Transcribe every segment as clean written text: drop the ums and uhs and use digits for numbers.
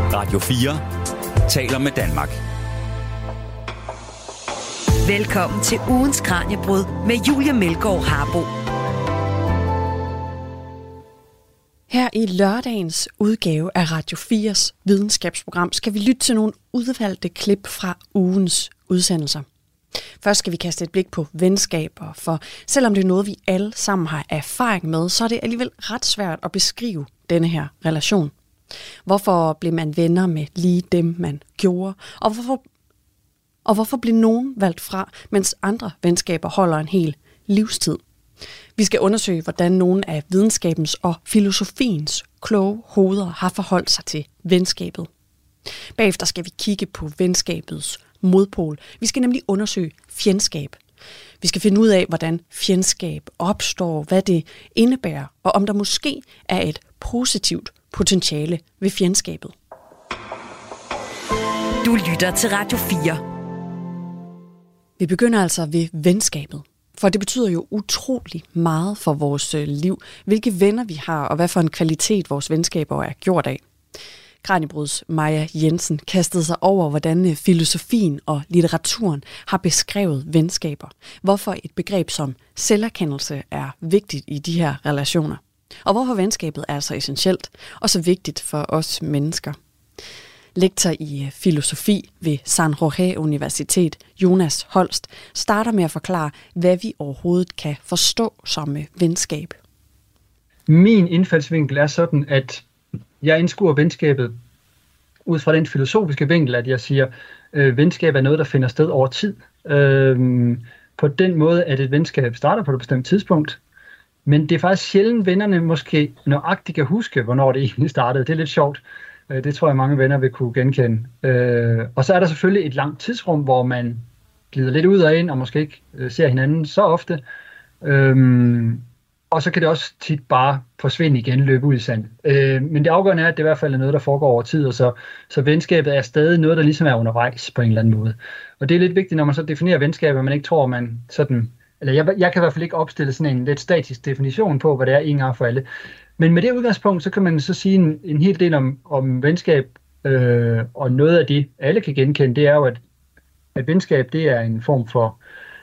Radio 4 taler med Danmark. Velkommen til ugens Kraniebrud med Julie Melgaard Harbo. Her i lørdagens udgave af Radio 4's videnskabsprogram skal vi lytte til nogle udvalgte klip fra ugens udsendelser. Først skal vi kaste et blik på venskaber, for selvom det er noget, vi alle sammen har erfaring med, så er det alligevel ret svært at beskrive denne her relation. Hvorfor blev man venner med lige dem, man gjorde? Og hvorfor blev nogen valgt fra, mens andre venskaber holder en hel livstid? Vi skal undersøge, hvordan nogle af videnskabens og filosofiens kloge hoveder har forholdt sig til venskabet. Bagefter skal vi kigge på venskabets modpol. Vi skal nemlig undersøge fjendskab. Vi skal finde ud af, hvordan fjendskab opstår, hvad det indebærer, og om der måske er et positivt potentiale ved fjendskabet. Du lytter til Radio 4. Vi begynder altså ved venskabet. For det betyder jo utrolig meget for vores liv, hvilke venner vi har, og hvad for en kvalitet vores venskaber er gjort af. Kraniebruds Maja Jensen kastede sig over, hvordan filosofien og litteraturen har beskrevet venskaber. Hvorfor et begreb som selverkendelse er vigtigt i de her relationer. Og hvorfor venskabet er så essentielt og så vigtigt for os mennesker. Lektor i filosofi ved San Jose Universitet, Jonas Holst, starter med at forklare, hvad vi overhovedet kan forstå som venskab. Min indfaldsvinkel er sådan, at jeg indskuer venskabet ud fra den filosofiske vinkel, at jeg siger, at venskab er noget, der finder sted over tid. På den måde, at et venskab starter på et bestemt tidspunkt, men det er faktisk sjældent, vennerne måske nøjagtigt kan huske, hvornår det egentlig startede. Det er lidt sjovt. Det tror jeg, mange venner vil kunne genkende. Og så er der selvfølgelig et langt tidsrum, hvor man glider lidt ud og ind, og måske ikke ser hinanden så ofte. Og så kan det også tit bare forsvinde igen, løbe ud i sandet. Men det afgørende er, at det i hvert fald er noget, der foregår over tid, og så venskabet er stadig noget, der ligesom er undervejs på en eller anden måde. Og det er lidt vigtigt, når man så definerer venskabet, at man ikke tror, at man sådan... Eller jeg kan i hvert fald ikke opstille sådan en lidt statisk definition på, hvad det er en gang for alle. Men med det udgangspunkt, så kan man så sige en hel del om venskab, og noget af det, alle kan genkende, det er jo, at venskab, det er en form for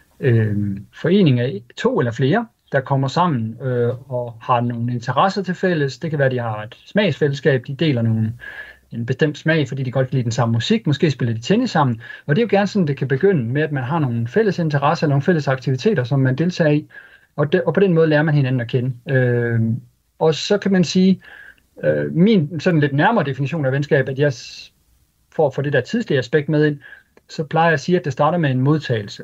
forening af to eller flere, der kommer sammen og har nogle interesser til fælles. Det kan være, at de har et smagsfællesskab, de deler en bestemt smag, fordi de godt kan lide den samme musik. Måske spiller de tennis sammen. Og det er jo gerne sådan, det kan begynde med, at man har nogle fælles interesser, nogle fælles aktiviteter, som man deltager i. Og på den måde lærer man hinanden at kende. Og så kan man sige, min sådan lidt nærmere definition af venskab, at jeg for at få det der tidslige aspekt med ind, så plejer jeg at sige, at det starter med en modtagelse.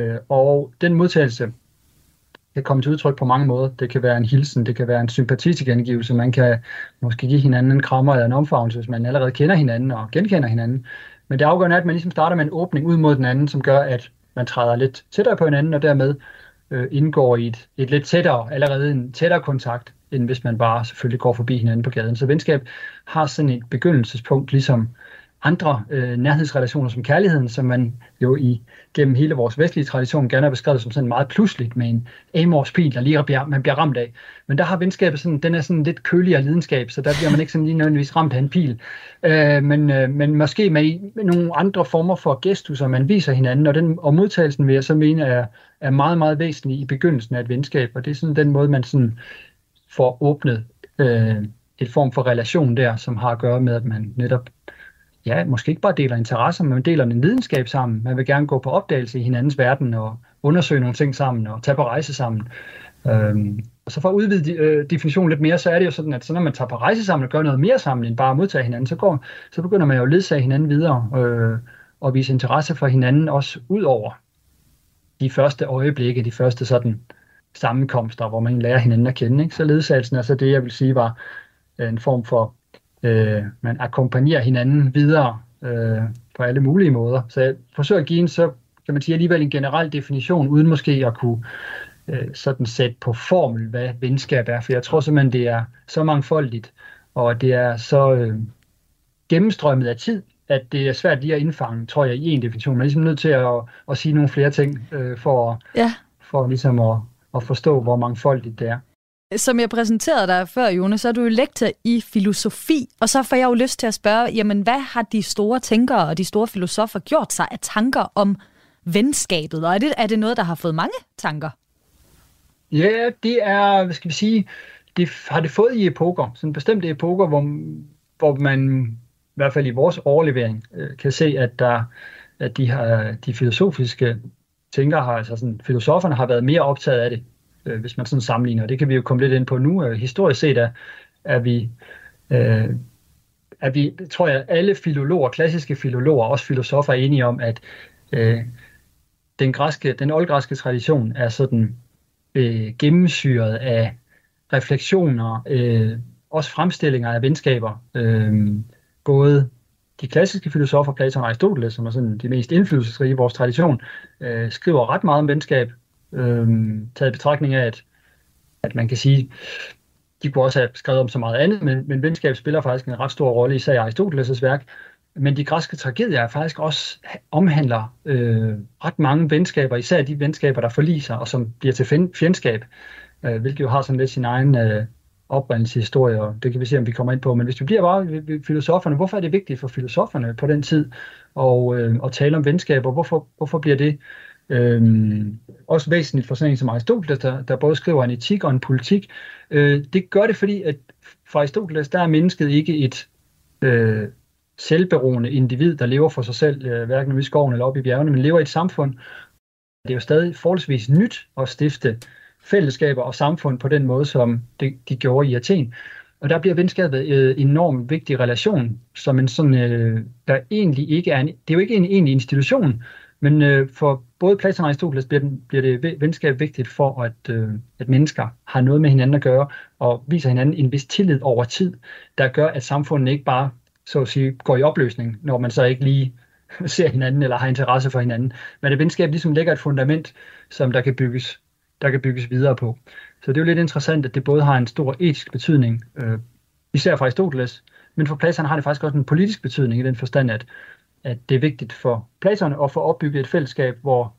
Og den modtagelse kan komme til udtryk på mange måder. Det kan være en hilsen, det kan være en sympatitilkendegivelse. Man kan måske give hinanden en krammer eller en omfavnelse, hvis man allerede kender hinanden og genkender hinanden. Men det afgørende er, at man ligesom starter med en åbning ud mod den anden, som gør, at man træder lidt tættere på hinanden, og dermed indgår i et lidt tættere, allerede en tættere kontakt, end hvis man bare selvfølgelig går forbi hinanden på gaden. Så venskab har sådan et begyndelsespunkt, ligesom andre nærhedsrelationer som kærligheden, som man jo gennem hele vores vestlige tradition gerne har beskrevet som sådan meget pludseligt med en amorspil, der lige man bliver ramt af. Men der har venskabet sådan, den er sådan lidt køligere lidenskab, så der bliver man ikke sådan lige nødvendigvis ramt af en pil. Men måske med nogle andre former for gestus, man viser hinanden, og modtagelsen vil jeg så mene er meget, meget væsentlig i begyndelsen af et venskab, og det er sådan den måde, man sådan får åbnet et form for relation der, som har at gøre med, at man netop måske ikke bare deler interesser, men man deler en lidenskab sammen. Man vil gerne gå på opdagelse i hinandens verden og undersøge nogle ting sammen og tage på rejse sammen. Og så for at udvide definitionen lidt mere, så er det jo sådan, at så når man tager på rejse sammen og gør noget mere sammen end bare at modtage hinanden, så begynder man jo at ledsage hinanden videre og vise interesse for hinanden også ud over de første øjeblikke, de første sådan sammenkomster, hvor man lærer hinanden at kende. Ikke? Så ledsagelsen er så det, jeg vil sige, var en form for man akkompagnerer hinanden videre på alle mulige måder. Så jeg forsøger at give så kan man sige alligevel en generel definition, uden måske at kunne sådan sætte på formel, hvad venskab er. For jeg tror simpelthen, det er så mangfoldigt, og det er så gennemstrømmet af tid, at det er svært lige at indfange, tror jeg, i en definition. Man er ligesom nødt til at sige nogle flere ting, for ligesom at forstå, hvor mangfoldigt det er. Som jeg præsenterede dig før, Jonas, så er du jo lektor i filosofi, og så får jeg jo lyst til at spørge, jamen hvad har de store tænkere og de store filosofer gjort sig af tanker om venskabet, og er det noget, der har fået mange tanker? Ja, det er, hvad skal vi sige, det har det fået i epoker, sådan bestemte epoker, hvor man i hvert fald i vores overlevering kan se, at de filosofiske tænkere har, altså sådan, filosoferne har været mere optaget af det, hvis man sådan sammenligner. Det kan vi jo komme lidt ind på nu. Historisk set er vi, tror jeg, alle filologer, klassiske filologer, også filosofer, er enige om, at den oldgræske tradition er sådan gennemsyret af refleksioner, også fremstillinger af venskaber. Både de klassiske filosofer, Platon og Aristoteles, som er sådan de mest indflydelsesrige i vores tradition, skriver ret meget om venskab, taget i betragtning af, at man kan sige, de kunne også have skrevet om så meget andet, men venskab spiller faktisk en ret stor rolle, især i Aristoteles' værk. Men de græske tragedier faktisk også omhandler ret mange venskaber, især de venskaber, der forliser og som bliver til fjendskab, hvilket jo har sådan lidt sin egen oprindelseshistorie, og det kan vi se, om vi kommer ind på. Men hvis vi bliver bare ved filosoferne, hvorfor er det vigtigt for filosoferne på den tid at tale om venskaber? Hvorfor bliver det også væsentligt for sådan en som Aristoteles, der både skriver en etik og en politik? Det gør det, fordi at for Aristoteles, der er mennesket ikke et selvberoende individ, der lever for sig selv, hverken ude i skoven eller oppe i bjergene, men lever i et samfund. Det er jo stadig forholdsvis nyt at stifte fællesskaber og samfund på den måde, som de gjorde i Athen. Og der bliver venskabet en enormt vigtig relation, som en sådan, der egentlig ikke er det er jo ikke en egentlig institution, men for både Platon og Aristoteles bliver det venskab vigtigt for, at mennesker har noget med hinanden at gøre, og viser hinanden en vis tillid over tid, der gør, at samfundet ikke bare, så at sige, går i opløsning, når man så ikke lige ser hinanden eller har interesse for hinanden. Men det venskab ligesom lægger et fundament, som der kan bygges videre på. Så det er jo lidt interessant, at det både har en stor etisk betydning, især for Aristoteles, men for Platon har det faktisk også en politisk betydning i den forstand, at det er vigtigt for Platon at få opbygget et fællesskab, hvor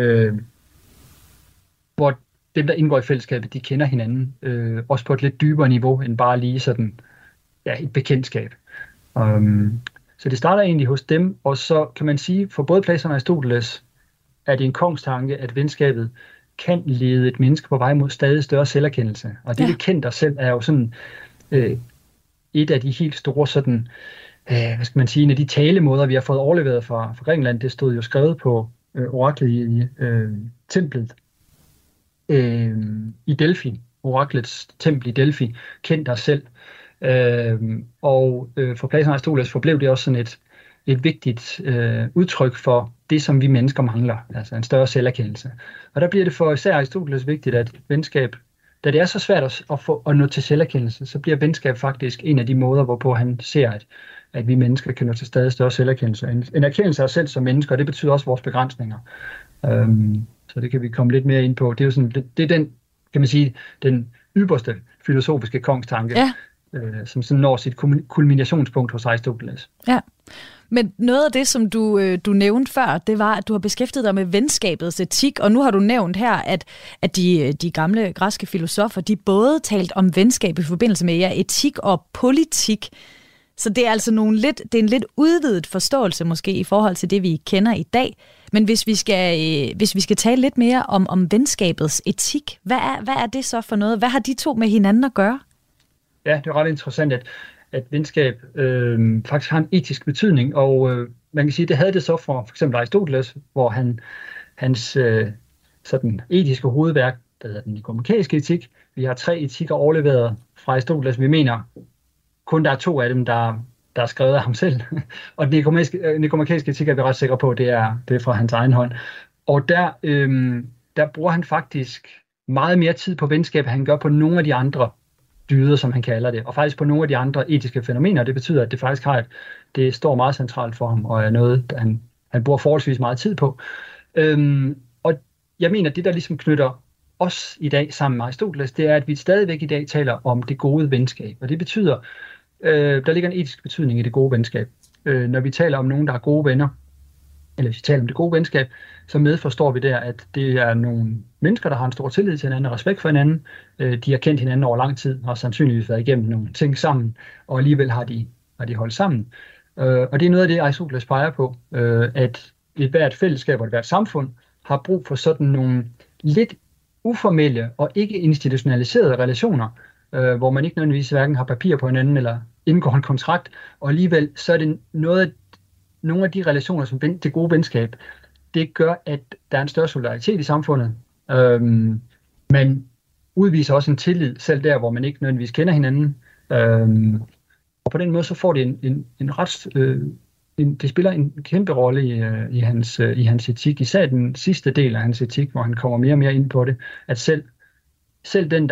dem, der indgår i fællesskabet, de kender hinanden, også på et lidt dybere niveau, end bare lige sådan, et bekendtskab. Så det starter egentlig hos dem, og så kan man sige, for både Platon og Aristoteles, er det en kongstanke, at venskabet kan lede et menneske på vej mod stadig større selverkendelse. Og det, vi kender selv, er jo sådan et af de helt store sådan, hvad skal man sige, en af de talemåder, vi har fået overleveret fra Grækenland. Det stod jo skrevet på oraklet i templet i Delphi. Oraklets tempel i Delphi, kend dig selv. For Platon og Aristoteles forblev det også sådan et vigtigt udtryk for det, som vi mennesker mangler, altså en større selverkendelse. Og der bliver det for især Aristoteles vigtigt, at venskab, da det er så svært at nå til selverkendelse, så bliver venskab faktisk en af de måder, hvorpå han ser, at vi mennesker kan nå til stadig større selverkendelse. En erkendelse af os selv som mennesker, og det betyder også vores begrænsninger. Så det kan vi komme lidt mere ind på. Det er jo sådan, det er den, kan man sige, den ypperste filosofiske kongstanke, som sådan når sit kulminationspunkt hos Aristoteles. Ja. Men noget af det, som du nævnte før, det var, at du har beskæftiget dig med venskabets etik, og nu har du nævnt her, at de gamle græske filosofer, de både talt om venskab i forbindelse med etik og politik. Så det er altså en lidt udvidet forståelse måske i forhold til det, vi kender i dag. Men hvis vi skal tale lidt mere om venskabets etik, hvad er det så for noget? Hvad har de to med hinanden at gøre? Ja, det er ret interessant, at venskab faktisk har en etisk betydning, og man kan sige, det havde det så for eksempel Aristoteles, hvor hans sådan etiske hovedværk, der hedder den nikomakæiske etik. Vi har 3 etikker overleveret fra Aristoteles. Vi mener, kun der er 2 af dem, der er skrevet af ham selv. Og den nikomakæiske etik er vi ret sikre på, det er fra hans egen hånd. Og der bruger han faktisk meget mere tid på venskab, end han gør på nogle af de andre dyder, som han kalder det, og faktisk på nogle af de andre etiske fænomener. Det betyder, at det faktisk det står meget centralt for ham, og er noget, han bruger forholdsvis meget tid på. Og jeg mener, at det, der ligesom knytter os i dag sammen med Aristoteles, det er, at vi stadigvæk i dag taler om det gode venskab. Og det betyder, der ligger en etisk betydning i det gode venskab. Når vi taler om nogen, der er gode venner, eller hvis vi taler om det gode venskab, så medforstår vi der, at det er nogle mennesker, der har en stor tillid til hinanden og respekt for hinanden. De har kendt hinanden over lang tid, og har sandsynligvis været igennem nogle ting sammen, og alligevel har de holdt sammen. Og det er noget af det, Aristoteles peger på, at et hvert fællesskab og et hvert samfund har brug for sådan nogle lidt uformelle og ikke institutionaliserede relationer, hvor man ikke nødvendigvis hverken har papir på hinanden eller indgår en kontrakt, og alligevel så er det nogle af de relationer, som det gode venskab, det gør, at der er en større solidaritet i samfundet. Man udviser også en tillid, selv der, hvor man ikke nødvendigvis kender hinanden. Og på den måde, så får det det spiller en kæmpe rolle i hans etik, især den sidste del af hans etik, hvor han kommer mere og mere ind på det, at selv den, der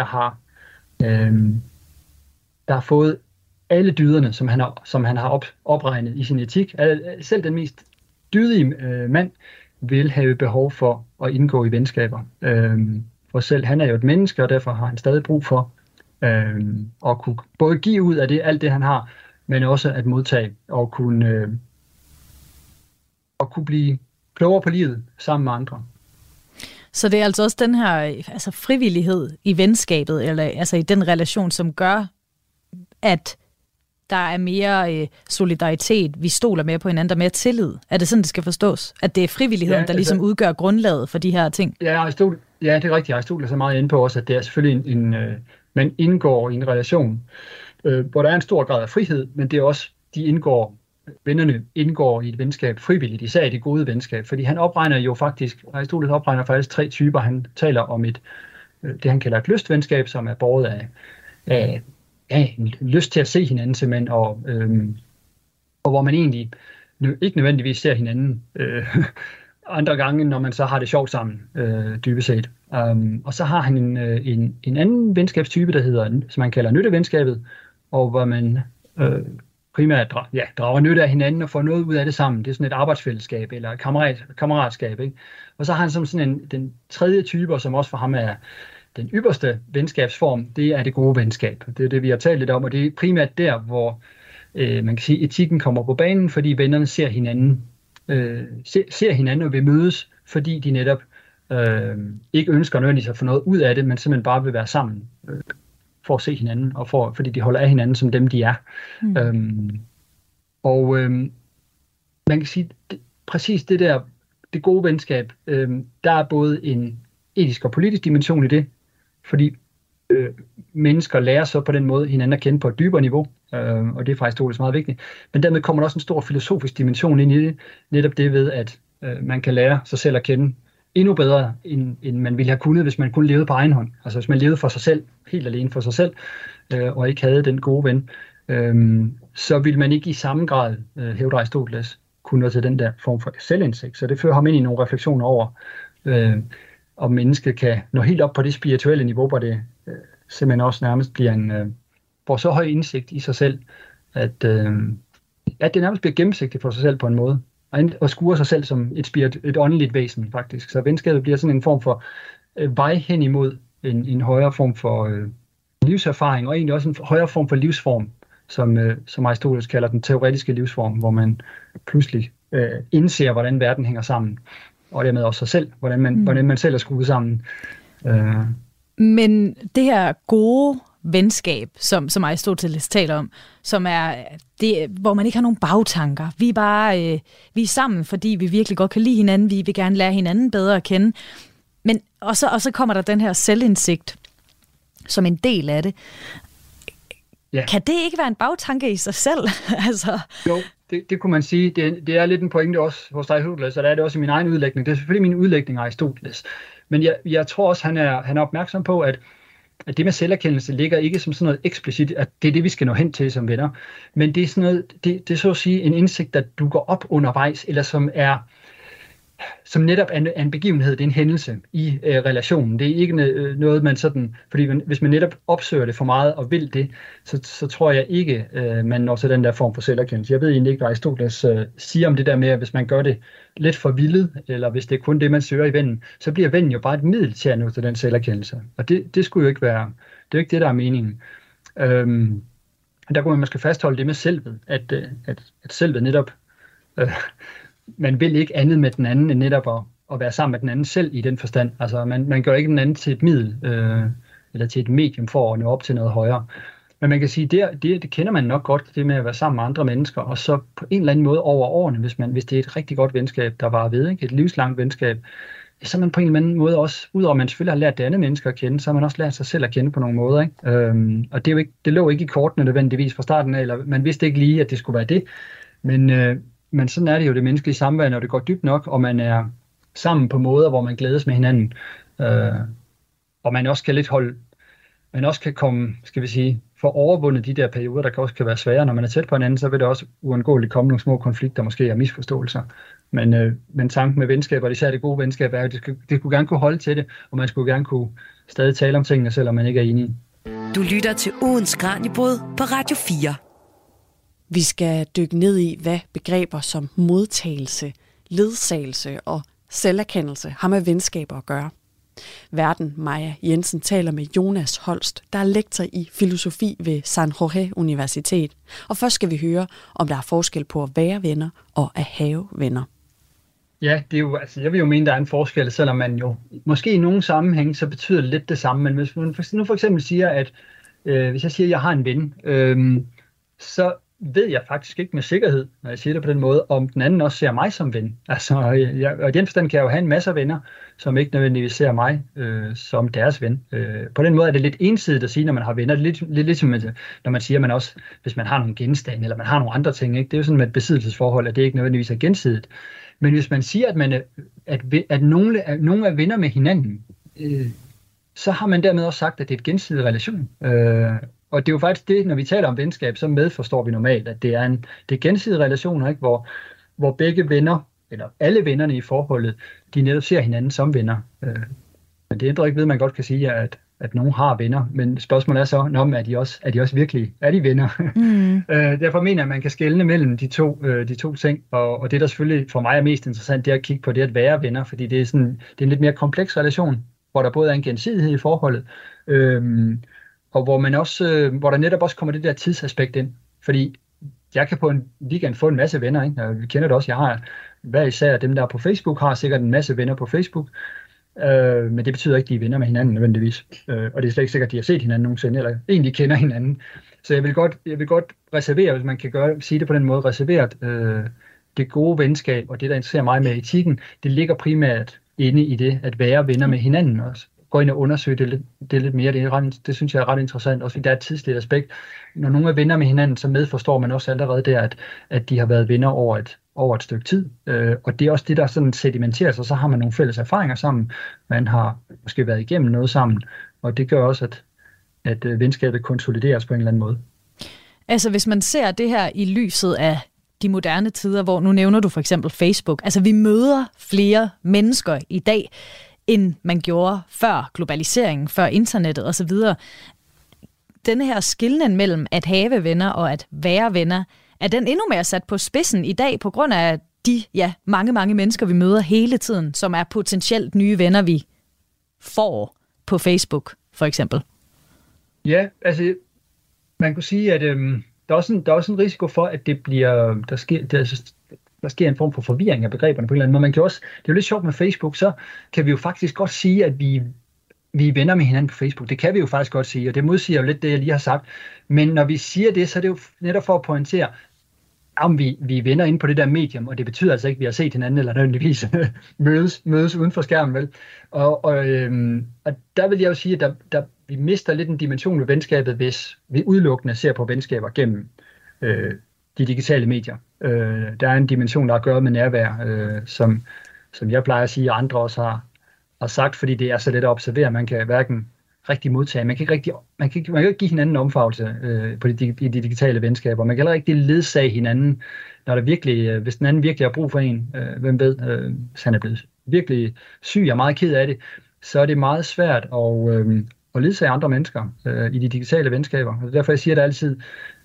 har fået alle dyderne, som han har opregnet i sin etik, selv den mest dydige mand vil have behov for at indgå i venskaber. For selv han er jo et menneske, og derfor har han stadig brug for at kunne både give ud af alt det, han har, men også at modtage og kunne blive klogere på livet sammen med andre. Så det er altså også den her frivillighed i venskabet, eller altså i den relation, som gør, at der er mere solidaritet, vi stoler mere på hinanden, der er mere tillid. Er det sådan, det skal forstås? At det er frivilligheden, der ligesom udgør grundlaget for de her ting? Ja, det er rigtigt. Aristoteles er meget inde på også, at det er selvfølgelig man indgår i en relation, hvor der er en stor grad af frihed, men det er også, vennerne indgår i et venskab frivilligt, især i det gode venskab, fordi Aristoteles opregner faktisk 3 typer. Han taler om det han kalder et lystvenskab, som er båret af en lyst til at se hinanden simpelthen, og hvor man egentlig ikke nødvendigvis ser hinanden andre gange, når man så har det sjovt sammen, dybest set. Og så har han en anden venskabstype, som man kalder nyttevenskabet, og hvor man primært drager nytte af hinanden og får noget ud af det sammen. Det er sådan et arbejdsfællesskab eller kammeratskab, ikke? Og så har han sådan den tredje type, som også for ham er den ypperste venskabsform, det er det gode venskab. Det er det, vi har talt lidt om, og det er primært der, hvor man kan sige, etikken kommer på banen, fordi vennerne ser hinanden og vil mødes, fordi de netop ikke ønsker nødvendigvis at få noget ud af det, men simpelthen bare vil være sammen for at se hinanden, og fordi de holder af hinanden som dem, de er. Man kan sige, præcis det der, det gode venskab, der er både en etisk og politisk dimension i det, fordi mennesker lærer så på den måde hinanden at kende på et dybere niveau, og det er faktisk meget vigtigt. Men dermed kommer der også en stor filosofisk dimension ind i det, netop det ved, at man kan lære sig selv at kende endnu bedre, end man ville have kunnet, hvis man kun levede på egen hånd. Altså hvis man levede for sig selv, helt alene for sig selv, og ikke havde den gode ven, så ville man ikke i samme grad, hævder Aristoteles, kunne nå til den der form for selvindsigt. Så det fører ham ind i nogle refleksioner over, om mennesket kan nå helt op på det spirituelle niveau, hvor det simpelthen også nærmest bliver får så høj indsigt i sig selv, at det nærmest bliver gennemsigtigt for sig selv på en måde, og skuer sig selv som et åndeligt væsen, faktisk. Så venskabet bliver sådan en form for vej hen imod en højere form for livserfaring, og egentlig også en højere form for livsform, som Aristoteles kalder den teoretiske livsform, hvor man pludselig indser, hvordan verden hænger sammen, og dermed også sig selv, hvordan man selv er skruet sammen. Men det her gode venskab, som Aristoteles taler om, som er det, hvor man ikke har nogen bagtanker. Vi er sammen, fordi vi virkelig godt kan lide hinanden. Vi vil gerne lære hinanden bedre at kende. Men og så kommer der den her selvindsigt som en del af det. Ja. Kan det ikke være en bagtanke i sig selv? Altså. Jo, det kunne man sige. Det er lidt en pointe også hos Aristoteles, og der er det også i min egen udlægning. Det er selvfølgelig min udlægning af Aristoteles. Men jeg tror også, han er opmærksom på, at det med selverkendelse ligger ikke som sådan noget eksplicit, at det er det, vi skal nå hen til som venner. Men det er sådan noget, det er så at sige en indsigt, der dukker op undervejs, eller som netop er en begivenhed, det er en hændelse i relationen. Det er ikke noget, man sådan, fordi hvis man netop opsøger det for meget og vil det, så tror jeg ikke, man når til den der form for selverkendelse. Jeg ved egentlig ikke, hvad Aristoteles siger om det der med, at hvis man gør det lidt for vildt, eller hvis det er kun det, man søger i vennen, så bliver vennen jo bare et middel til at nå til den selverkendelse. Og det skulle jo ikke være, det er jo ikke det, der er meningen. Der kunne man måske fastholde det med selvet, at selvet netop man vil ikke andet med den anden, end netop at være sammen med den anden selv i den forstand. Altså, man gør ikke den anden til et middel, eller til et medium for at nå op til noget højere. Men man kan sige, det kender man nok godt, det med at være sammen med andre mennesker, og så på en eller anden måde over årene, hvis det er et rigtig godt venskab, der varer ved, ikke? Et livslangt venskab, så er man på en eller anden måde også, udover at man selvfølgelig har lært det andet mennesker at kende, så har man også lært sig selv at kende på nogle måder, ikke? Og det lå ikke i kortene nødvendigvis fra starten af, eller man vidste ikke lige, at det skulle være det. Men sådan er det jo, det menneskelige samvær, når det går dybt nok, og man er sammen på måder, hvor man glædes med hinanden. Og man også kan man også kan komme, skal vi sige, for overvundet de der perioder, der også kan være svære. Når man er tæt på hinanden, så vil det også uundgåeligt komme nogle små konflikter, måske og misforståelser. Men tanken med venskaber, især det gode venskab, er, at det kunne gerne kunne holde til det, og man skulle gerne kunne stadig tale om tingene, selvom man ikke er enig. Du lytter til ugens Kraniebrud på Radio 4. Vi skal dykke ned i, hvad begreber som modtagelse, ledsagelse og selverkendelse har med venskaber at gøre. Værten Maja Jensen taler med Jonas Holst, der er lektor i filosofi ved San Jose Universitet. Og først skal vi høre, om der er forskel på at være venner og at have venner. Ja, det er jo, altså, jeg vil jo mene, der er en forskel, selvom man jo måske i nogle sammenhæng, så betyder det lidt det samme. Men hvis man nu for eksempel siger, at hvis jeg siger, at jeg har en ven, så ved jeg faktisk ikke med sikkerhed, når jeg siger det på den måde, om den anden også ser mig som ven. Altså, og i den forstand kan jeg jo have en masse venner, som ikke nødvendigvis ser mig som deres ven. På den måde er det lidt ensidigt at sige, når man har venner. Det er lidt ligesom, når man siger, at man også, hvis man har nogle genstande, eller man har nogle andre ting, ikke? Det er jo sådan med et besiddelsesforhold, at det ikke nødvendigvis er gensidigt. Men hvis man siger, at nogle er venner med hinanden, så har man dermed også sagt, at det er et gensidig relation. Og det er jo faktisk det, når vi taler om venskab, så medforstår vi normalt, at det er gensidige relationer, ikke? Hvor begge venner, eller alle vennerne i forholdet, de netop ser hinanden som venner. Men det ændrer ikke ved, at man godt kan sige, at nogen har venner, men spørgsmålet er så, er de også virkelig venner? Derfor mener jeg, at man kan skelne mellem de to ting, og det, der selvfølgelig for mig er mest interessant, det er at kigge på det at være venner, fordi det er en lidt mere kompleks relation, hvor der både er en gensidighed i forholdet, og hvor der netop også kommer det der tidsaspekt ind. Fordi jeg kan på en weekend få en masse venner, ikke? Vi kender det også, jeg har hver især dem, der er på Facebook, har sikkert en masse venner på Facebook, men det betyder ikke, at de er venner med hinanden nødvendigvis. Og det er slet ikke sikkert, at de har set hinanden nogensinde, eller egentlig kender hinanden. Så jeg vil godt reservere, hvis man kan sige det på den måde, reserveret det gode venskab, og det, der interesserer mig med etikken, det ligger primært inde i det, at være venner med hinanden også. Gå ind og undersøge det lidt mere. Det synes jeg er ret interessant, også fordi der er et tidsligt aspekt. Når nogen er venner med hinanden, så medforstår man også allerede der, at de har været venner over et stykke tid. Og det er også det, der sådan sedimenterer sig, så har man nogle fælles erfaringer sammen. Man har måske været igennem noget sammen, og det gør også, at venskabet konsolideres på en eller anden måde. Altså hvis man ser det her i lyset af de moderne tider, hvor nu nævner du for eksempel Facebook. Altså vi møder flere mennesker i dag, end man gjorde før globaliseringen, før internettet osv. Denne her skelnen mellem at have venner og at være venner, er den endnu mere sat på spidsen i dag, på grund af de mange mennesker, vi møder hele tiden, som er potentielt nye venner, vi får på Facebook, for eksempel? Ja, altså man kunne sige, at der er også en risiko for, at der sker en form for forvirring af begreberne på en eller anden måde. Man kan også, det er jo lidt sjovt med Facebook, så kan vi jo faktisk godt sige, at vi er venner med hinanden på Facebook. Det kan vi jo faktisk godt sige, og det modsiger jo lidt det, jeg lige har sagt. Men når vi siger det, så er det jo netop for at pointere, om vi er venner inde på det der medium, og det betyder altså ikke, at vi har set hinanden, eller nødvendigvis mødes uden for skærmen, vel? Og der vil jeg jo sige, at vi mister lidt en dimension ved venskabet, hvis vi udelukkende ser på venskaber gennem de digitale medier. Der er en dimension, der har at gøre med nærvær, som jeg plejer at sige, og andre også har sagt, fordi det er så let at observere. Man kan hverken rigtig modtage, man kan ikke give hinanden en omfavnelse i de digitale venskaber. Man kan heller ikke ledsage hinanden, når der virkelig, hvis den anden virkelig har brug for en, hvem ved, hvis han er blevet virkelig syg og meget ked af det, så er det meget svært at ledsage andre mennesker i de digitale venskaber. Og derfor jeg siger det altid,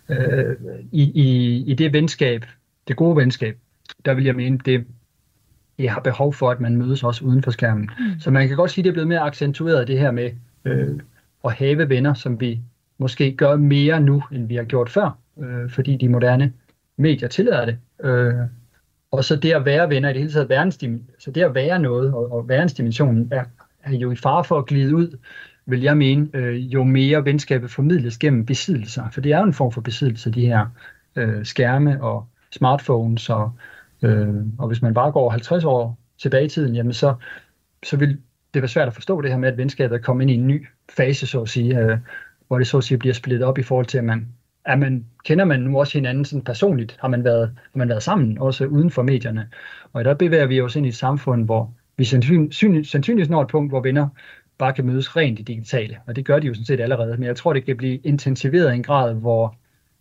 i det venskab, det gode venskab, der vil jeg mene, det har behov for, at man mødes også uden for skærmen. Så man kan godt sige, at det er blevet mere accentueret, det her med at have venner, som vi måske gør mere nu, end vi har gjort før, fordi de moderne medier tillader det. Og så det at være venner i det hele taget, så det at være noget, og værensdimensionen er jo i fare for at glide ud, vil jeg mene, jo mere venskabet formidles gennem besiddelser. For det er jo en form for besiddelse, de her skærme og smartphones, og hvis man bare går 50 år tilbage i tiden, jamen så vil det være svært at forstå det her med, at venskabet er kommet ind i en ny fase, så at sige, hvor det så at sige bliver splittet op i forhold til, kender man nu også hinanden sådan personligt, har man været sammen, også uden for medierne. Og der bevæger vi os ind i et samfund, hvor vi sandsynligvis når et punkt, hvor venner bare kan mødes rent i digitale, og det gør de jo sådan set allerede, men jeg tror, det kan blive intensiveret i en grad, hvor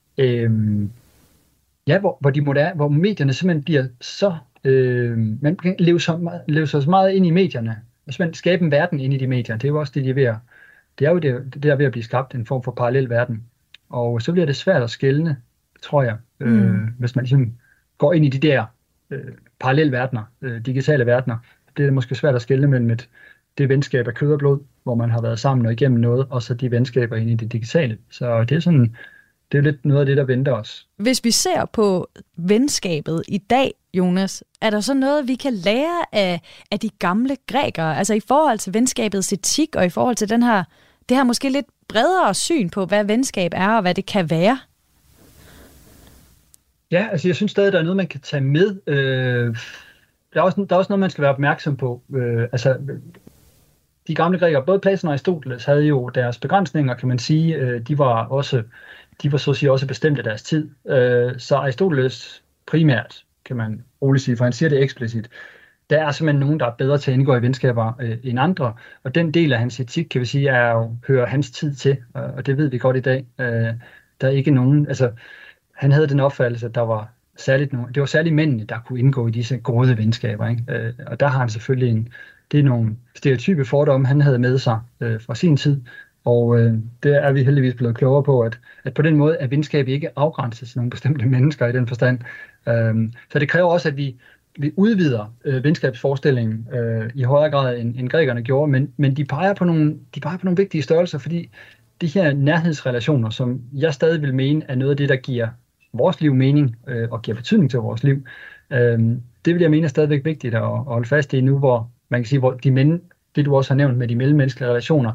hvor medierne simpelthen bliver så, man kan leve så meget ind i medierne, og simpelthen skabe en verden ind i de medier, det er jo også det, de er ved at, det er jo det der ved at blive skabt, en form for parallel verden, og så bliver det svært at skelne, tror jeg, hvis man ligesom går ind i de der parallelverdener, digitale verdener, det er måske svært at skelne mellem det venskab af kød og blod, hvor man har været sammen og igennem noget, og så de venskaber ind i det digitale. Så det er lidt noget af det, der venter os. Hvis vi ser på venskabet i dag, Jonas, er der så noget, vi kan lære af de gamle grækere? Altså i forhold til venskabets etik, og i forhold til det her måske lidt bredere syn på, hvad venskab er, og hvad det kan være? Ja, altså jeg synes stadig, der er noget, man kan tage med. Der er også noget, man skal være opmærksom på. De gamle grækere, både Platon og Aristoteles, havde jo deres begrænsninger, kan man sige. De var så at sige også bestemt af deres tid. Så Aristoteles primært, kan man roligt sige, for han siger det eksplicit. Der er simpelthen nogen, der er bedre til at indgå i venskaber end andre. Og den del af hans etik, kan vi sige, hører hans tid til. Og det ved vi godt i dag. Der er ikke nogen... Altså, han havde den opfattelse, at der var det var særligt mændene, der kunne indgå i disse gode venskaber. Ikke? Og der har han selvfølgelig det er nogle stereotype fordomme, han havde med sig fra sin tid. Og det er vi heldigvis blevet klogere på, at på den måde er venskab ikke afgrænset til nogle bestemte mennesker i den forstand. Så det kræver også, at vi udvider venskabsforestillingen i højere grad, end grækerne gjorde, men de peger på nogle vigtige størrelser, fordi de her nærhedsrelationer, som jeg stadig vil mene, er noget af det, der giver vores liv mening og giver betydning til vores liv, det vil jeg mene er stadigvæk vigtigt at holde fast i nu, hvor man kan sige, hvor det du også har nævnt med de mellemmenneskelige relationer,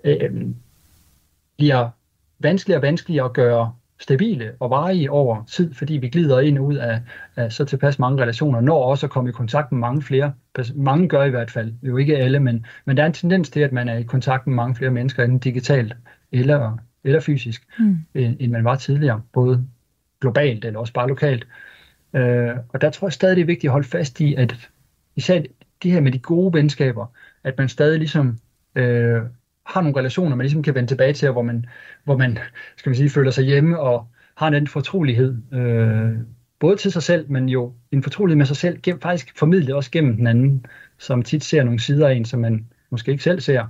bliver vanskeligere og vanskeligere at gøre stabile og varige over tid, fordi vi glider ind og ud af så tilpas mange relationer, når også at komme i kontakt med mange flere. Mange gør i hvert fald, jo ikke alle, men der er en tendens til, at man er i kontakt med mange flere mennesker, enten digitalt eller fysisk, end man var tidligere, både globalt eller også bare lokalt. Og der tror jeg stadig, det er vigtigt at holde fast i, at især de her med de gode venskaber, at man stadig ligesom har nogle relationer, man ligesom kan vende tilbage til, hvor man skal man sige, føler sig hjemme og har en fortrolighed, både til sig selv, men jo en fortrolighed med sig selv, faktisk formidlet også gennem den anden, som tit ser nogle sider af en, som man måske ikke selv ser.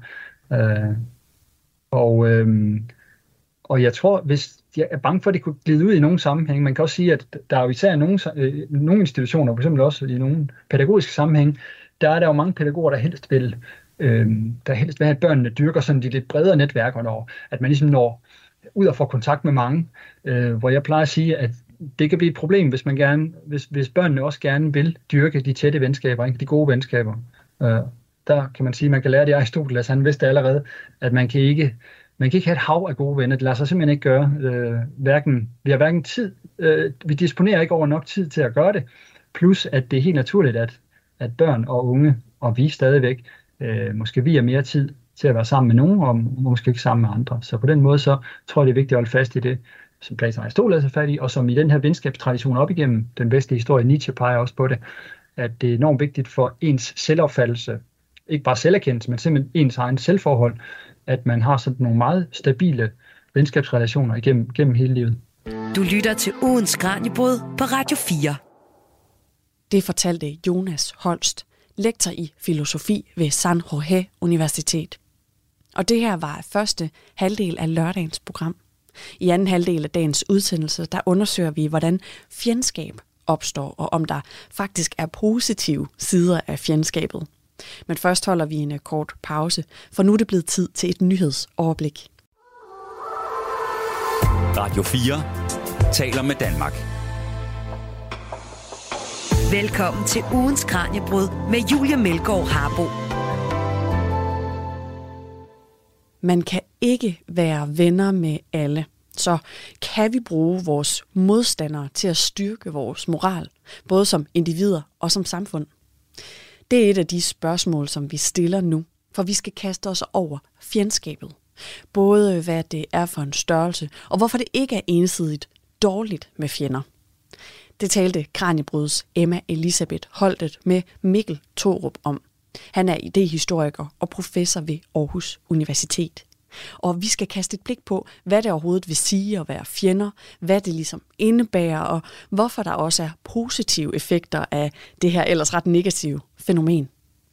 Og jeg tror, hvis jeg er bange for, at det kunne glide ud i nogle sammenhæng, man kan også sige, at der er jo især nogle institutioner, for eksempel også i nogle pædagogiske sammenhæng, der er der jo mange pædagoger, der helst vil have, at børnene dyrker sådan de lidt bredere netværker, at man ligesom når ud og får kontakt med mange, hvor jeg plejer at sige, at det kan blive et problem, hvis børnene også gerne vil dyrke de tætte venskaber, ikke? De gode venskaber. Der kan man sige, man kan lære det af Aristoteles, han vidste allerede, at man kan ikke have et hav af gode venner. Det lader sig simpelthen ikke gøre. Vi har hverken tid, vi disponerer ikke over nok tid til at gøre det, plus at det er helt naturligt, at børn og unge, og vi stadigvæk, måske vi har mere tid til at være sammen med nogen, og måske ikke sammen med andre. Så på den måde, så tror jeg, det er vigtigt at holde fast i det, som Platon og Aristoteles er fat i, og som i den her venskabstradition op igennem den vestlige historie, Nietzsche peger også på det, at det er enormt vigtigt for ens selvopfattelse, ikke bare selverkendelse, men simpelthen ens egen selvforhold, at man har sådan nogle meget stabile venskabsrelationer gennem hele livet. Du lytter til ugens Kraniebrud på Radio 4. Det fortalte Jonas Holst, lektor i filosofi ved San Jorge Universitet. Og det her var første halvdel af lørdagens program. I anden halvdel af dagens udsendelse, der undersøger vi, hvordan fjendskab opstår, og om der faktisk er positive sider af fjendskabet. Men først holder vi en kort pause, for nu er det blevet tid til et nyhedsoverblik. Radio 4 taler med Danmark. Velkommen til ugens Kraniebrud med Julie Melgaard Harbo. Man kan ikke være venner med alle. Så kan vi bruge vores modstandere til at styrke vores moral, både som individer og som samfund? Det er et af de spørgsmål, som vi stiller nu, for vi skal kaste os over fjendskabet. Både hvad det er for en størrelse, og hvorfor det ikke er ensidigt dårligt med fjender. Det talte Kranjebryds Emma Elisabeth Holtet med Mikkel Thorup om. Han er idehistoriker og professor ved Aarhus Universitet. Og vi skal kaste et blik på, hvad det overhovedet vil sige at være fjender, hvad det ligesom indebærer, og hvorfor der også er positive effekter af det her ellers ret negative fænomen.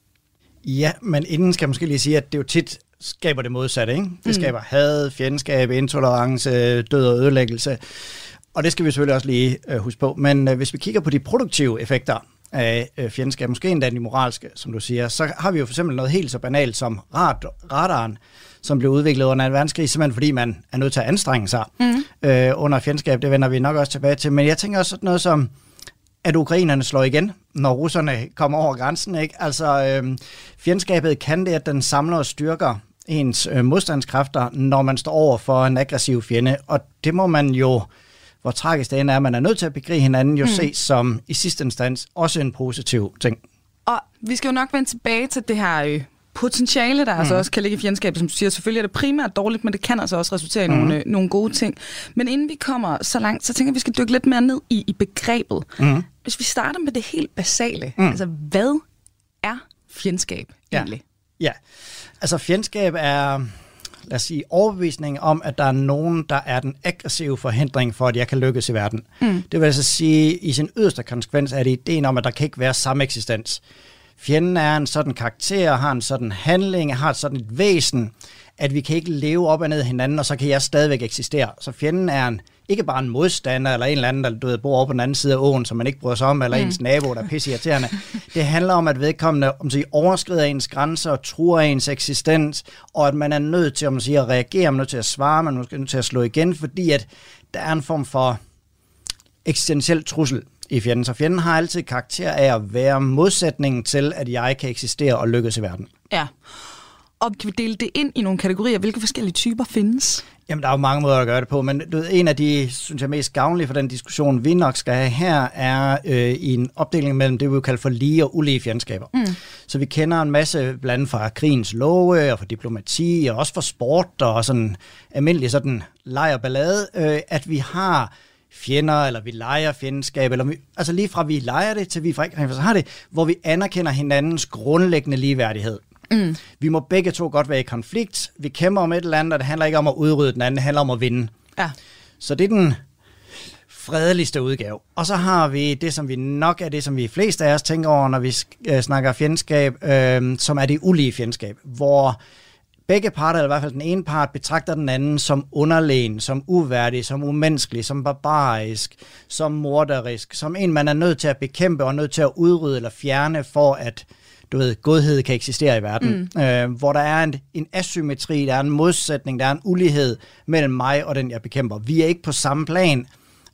Ja, men inden skal jeg måske lige sige, at det jo tit skaber det modsatte, ikke? Det skaber had, fjendskab, intolerance, død og ødelæggelse. Og det skal vi selvfølgelig også lige huske på. Men hvis vi kigger på de produktive effekter af fjendskab, måske endda de moralske, som du siger, så har vi jo for eksempel noget helt så banalt som radaren, som blev udviklet under en verdenskrig, simpelthen fordi man er nødt til at anstrenge sig under fjendskab. Det vender vi nok også tilbage til. Men jeg tænker også sådan noget som, at ukrainerne slår igen, når russerne kommer over grænsen, ikke? Altså, fjendskabet kan det, at den samler og styrker ens modstandskræfter, når man står over for en aggressiv fjende. Og det må man jo, hvor tragisk det er, at man er nødt til at begrige hinanden, jo ses som i sidste instans også en positiv ting. Og vi skal jo nok vende tilbage til det her potentiale, der altså også kan ligge i fjendskabet, som du siger. Selvfølgelig er det primært dårligt, men det kan altså også resultere i nogle gode ting. Men inden vi kommer så langt, så tænker jeg, at vi skal dykke lidt mere ned i begrebet. Hvis vi starter med det helt basale, altså hvad er fjendskab egentlig? Ja, altså fjendskab er, lad os sige, overbevisning om, at der er nogen, der er den aggressive forhindring for, at jeg kan lykkes i verden. Det vil altså sige, i sin yderste konsekvens er det ideen om, at der kan ikke være sameksistens. Fjenden er en sådan karakter, har en sådan handling, har et sådan et væsen, at vi kan ikke leve op og ned hinanden, og så kan jeg stadigvæk eksistere. Så fjenden er ikke bare en modstander, eller en eller anden, der bor over på den anden side af åen, som man ikke bryder sig om, eller ens nabo, der er pisseirriterende. Det handler om, at vedkommende overskrider ens grænser, truer ens eksistens, og at man er nødt til at reagere, man er nødt til at svare, man er nødt til at slå igen, fordi at der er en form for eksistentiel trussel i fjenden. Så fjenden har altid karakter af at være modsætningen til, at jeg kan eksistere og lykkes i verden. Ja. Og kan vi dele det ind i nogle kategorier? Hvilke forskellige typer findes? Jamen, der er jo mange måder at gøre det på, men du ved, en af de, synes jeg, mest gavnlige for den diskussion, vi nok skal have her, er i en opdeling mellem det, vi vil kalde for lige og ulige fjendskaber. Så vi kender en masse, blandt andet fra krigens love og fra diplomati, og også fra sport og sådan almindelig sådan leg og ballade, at vi har fjender, eller vi leger fjendskab, eller altså lige fra vi leger det, til vi så har det, hvor vi anerkender hinandens grundlæggende ligeværdighed. Vi må begge to godt være i konflikt. Vi kæmper om et eller andet, og det handler ikke om at udrydde den anden, det handler om at vinde. Ja. Så det er den fredeligste udgave. Og så har vi det, som vi nok er det, som vi fleste af os tænker over, når vi snakker fjendskab, som er det ulige fjendskab, hvor begge parter, eller i hvert fald den ene part, betragter den anden som underlegen, som uværdig, som umenneskelig, som barbarisk, som morderisk, som en, man er nødt til at bekæmpe og nødt til at udrydde eller fjerne for at godhed kan eksistere i verden. Hvor der er en asymmetri, der er en modsætning, der er en ulighed mellem mig og den, jeg bekæmper. Vi er ikke på samme plan.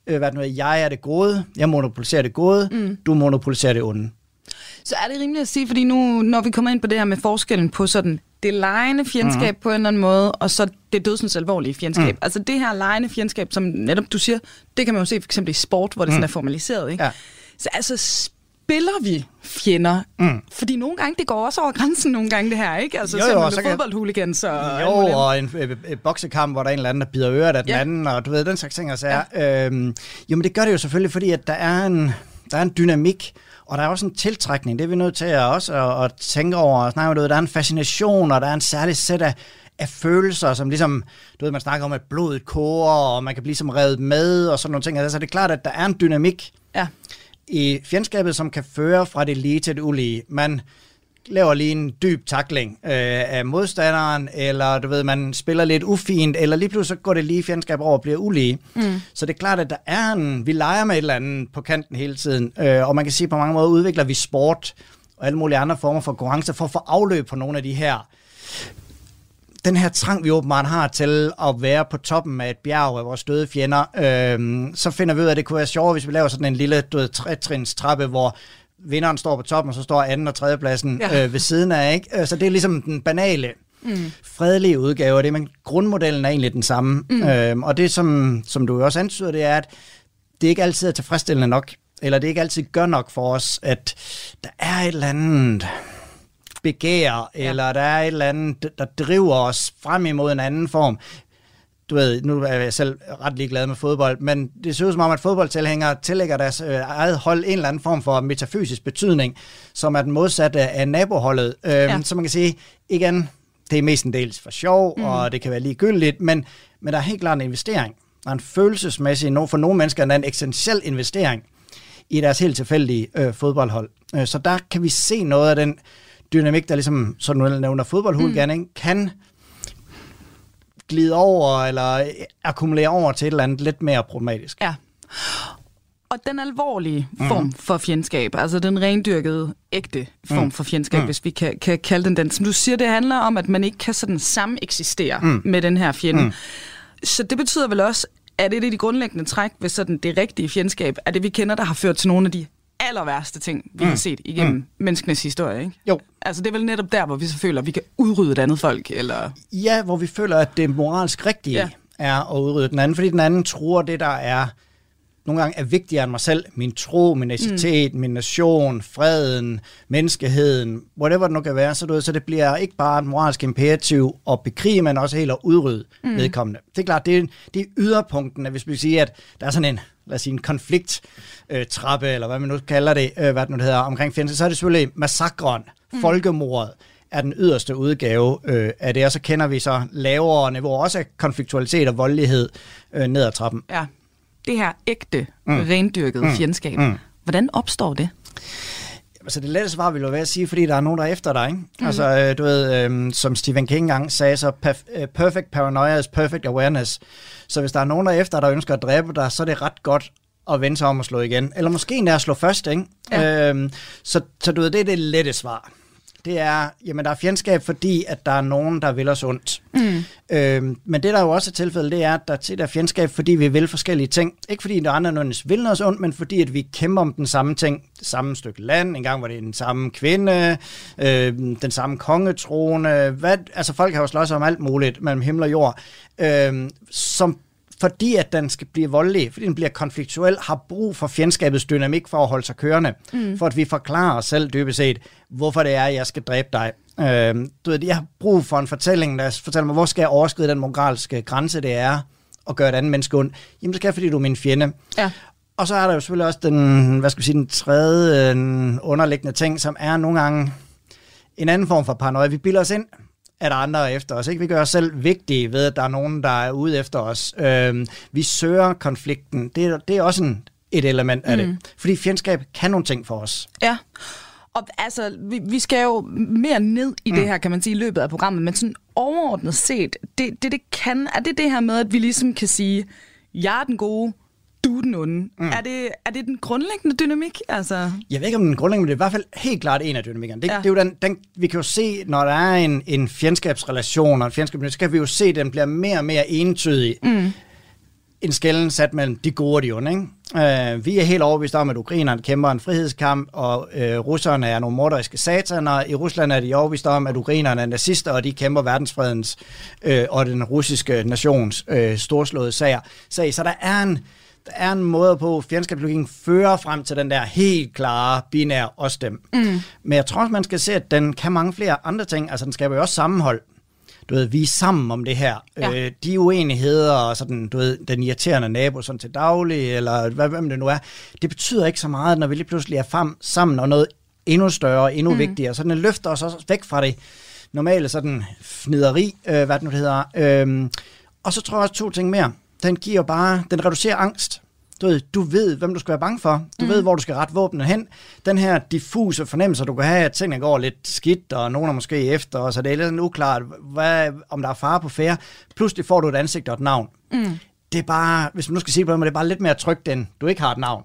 Jeg er det gode, jeg monopoliserer det gode, du monopoliserer det onde. Så er det rimeligt at sige, fordi nu, når vi kommer ind på det her med forskellen på sådan det legende fjendskab på en eller anden måde, og så det dødsens alvorlige fjendskab. Altså det her legende fjendskab, som netop du siger, det kan man jo se for eksempel i sport, hvor det sådan er formaliseret, ikke? Ja. Så altså spiller vi fjender? Fordi nogle gange, det går også over grænsen nogle gange det her, ikke? Altså sådan fodboldhooligans og... og en boksekamp, hvor der er en eller anden, der bider øret af den anden, og du ved, den slags ting, altså men det gør det jo selvfølgelig, fordi at der er en dynamik, og der er også en tiltrækning, det er vi nødt til at tænke over og snakke om. Der er en fascination, og der er en særlig sæt af følelser, som ligesom, du ved, man snakker om, at blodet koger, og man kan blive som revet med, og sådan nogle ting. Altså det er klart, at der er en dynamik i fjendskabet, som kan føre fra det lige til det ulige. Man laver lige en dyb tackling af modstanderen, eller du ved, man spiller lidt ufint, eller lige pludselig så går det lige fjendskab over og bliver ulige. Så det er klart, at der er vi leger med et eller andet på kanten hele tiden, og man kan sige, på mange måder udvikler vi sport og alle mulige andre former for konkurrence for at få afløb på nogle af de her den her trang, vi åbenbart har til at være på toppen af et bjerg af vores døde fjender, så finder vi ud af, at det kunne være sjovere, hvis vi laver sådan en lille 3-trins trappe, hvor vinderen står på toppen, og så står anden og tredje pladsen ved siden af, ikke? Så det er ligesom den banale, fredelige udgave, og det, men grundmodellen er egentlig den samme. Og det, som du også antyder, det er, at det ikke altid er tilfredsstillende nok, eller det ikke altid gør nok for os, at der er et eller andet begær, eller der er et eller andet, der driver os frem imod en anden form. Du ved, nu er jeg selv ret ligeglad med fodbold, men det ser ud som om, at fodboldtilhængere tillægger deres eget hold en eller anden form for metafysisk betydning, som er den modsatte af naboholdet. Så man kan sige, igen, det er mestendels for sjov, og det kan være ligegyldigt, men der er helt klart en investering. Der er en følelsesmæssig, for nogle mennesker, en eksistentiel investering i deres helt tilfældige fodboldhold. Så der kan vi se noget af den dynamik, der ligesom, så nu nævner fodboldhooligan, kan glide over eller akkumulere over til et eller andet lidt mere problematisk. Ja. Og den alvorlige form for fjendskab, altså den rendyrkede, ægte form for fjendskab, hvis vi kan kalde den, som du siger, det handler om, at man ikke kan sådan sammen eksistere med den her fjende. Så det betyder vel også, at det er de grundlæggende træk ved sådan det rigtige fjendskab, er det, vi kender, der har ført til nogle af de aller værste ting, vi har set igennem menneskenes historie, ikke? Jo. Altså det er vel netop der, hvor vi så føler, at vi kan udrydde et andet folk, eller? Ja, hvor vi føler, at det moralsk rigtige er at udrydde den anden, fordi den anden tror det, der er nogle gange er vigtigere end mig selv. Min tro, min etnicitet, min nation, freden, menneskeheden, whatever det nu kan være, så det bliver ikke bare et moralsk imperativ at bekrige, men også helt at udrydde vedkommende. Det er klart, det er yderpunkten, hvis vi siger, at der er sådan en, lad os sige, en konflikttrappe, eller hvad man nu kalder det, hvad det nu hedder, omkring fjendskab, så er det selvfølgelig massakren, folkemordet, er den yderste udgave af det, og så kender vi så lavere niveauer, også af konfliktualitet og voldelighed ned ad trappen. Ja. Det her ægte, rendyrkede fjendskab. Hvordan opstår det? Altså det lette svar vil jo være at sige, fordi der er nogen, der er efter dig, ikke? Altså, du ved, som Stephen King engang sagde, så perfect paranoia is perfect awareness. Så hvis der er nogen, der er efter, der ønsker at dræbe dig, så er det ret godt at vende sig om og slå igen. Eller måske endda at slå først, ikke? Ja. Så du ved, det er det lette svar. Det er, jamen der er fjendskab, fordi at der er nogen, der vil os ondt. Men det der jo også er tilfældet, det er, at der er fjendskab, fordi vi vil forskellige ting. Ikke fordi der er andre, der vil os ondt, men fordi at vi kæmper om den samme ting. Det samme stykke land, engang var det den samme kvinde, den samme kongetrone. Altså folk har jo slået sig om alt muligt mellem himmel og jord. Fordi at den skal blive voldelig, fordi den bliver konfliktuel, har brug for fjendskabets dynamik for at holde sig kørende. For at vi forklarer os selv dybest set, hvorfor det er, at jeg skal dræbe dig. Du ved, jeg har brug for en fortælling, der fortæller mig, hvor skal jeg overskride den moralske grænse, det er at gøre et andet menneske ondt. Jamen, det skal jeg, fordi du er min fjende. Ja. Og så er der jo selvfølgelig også den tredje underliggende ting, som er nogle gange en anden form for paranoia. Vi bilder os ind, at andre er efter os. Ikke? Vi gør os selv vigtige ved, at der er nogen, der er ude efter os. Vi søger konflikten. Det er også et element af det. Fordi fjendskab kan nogle ting for os. Ja, og altså, vi skal jo mere ned i det her, kan man sige, i løbet af programmet, men sådan overordnet set, det kan, er det her med, at vi ligesom kan sige, jeg er den gode, du er den onde. Er det den grundlæggende dynamik? Altså? Jeg ved ikke, om den grundlæggende, men det er i hvert fald helt klart en af dynamikkerne. Det er jo den, vi kan jo se, når der er en fjendskabsrelation og en fjendskab, så kan vi jo se, at den bliver mere og mere entydig. En skelnen sat mellem de gode og de onde. Ikke? Vi er helt overbevist om, at ukrainerne kæmper en frihedskamp, og russerne er nogle morderiske sataner. I Rusland er de overbevist om, at ukrainerne er nazister, og de kæmper verdensfredens og den russiske nations storslåede sager. Så der er en måde på, fjendskabslogikken fører frem til den der helt klare, binære os-dem. Men jeg tror også, man skal se, at den kan mange flere andre ting. Altså, den skaber jo også sammenhold. Du ved, vi er sammen om det her. Ja. De uenigheder og sådan, du ved, den irriterende nabo sådan til daglig, eller hvem det nu er, det betyder ikke så meget, når vi lige pludselig er sammen og noget endnu større, endnu vigtigere. Så den løfter os også væk fra det normale sådan fnideri, hvad det nu hedder. Og så tror jeg også 2 ting mere. Den reducerer angst. Du ved, hvem du skal være bange for. Du ved, hvor du skal rette våbnet hen. Den her diffuse fornemmelse, du kan have, at tingene går lidt skidt, og nogen er måske efter, og så det er lidt uklart, om der er fare på færde. Pludselig får du et ansigt og et navn. Det er bare, hvis man nu skal sige på det, det er bare lidt mere trygt, end du ikke har et navn.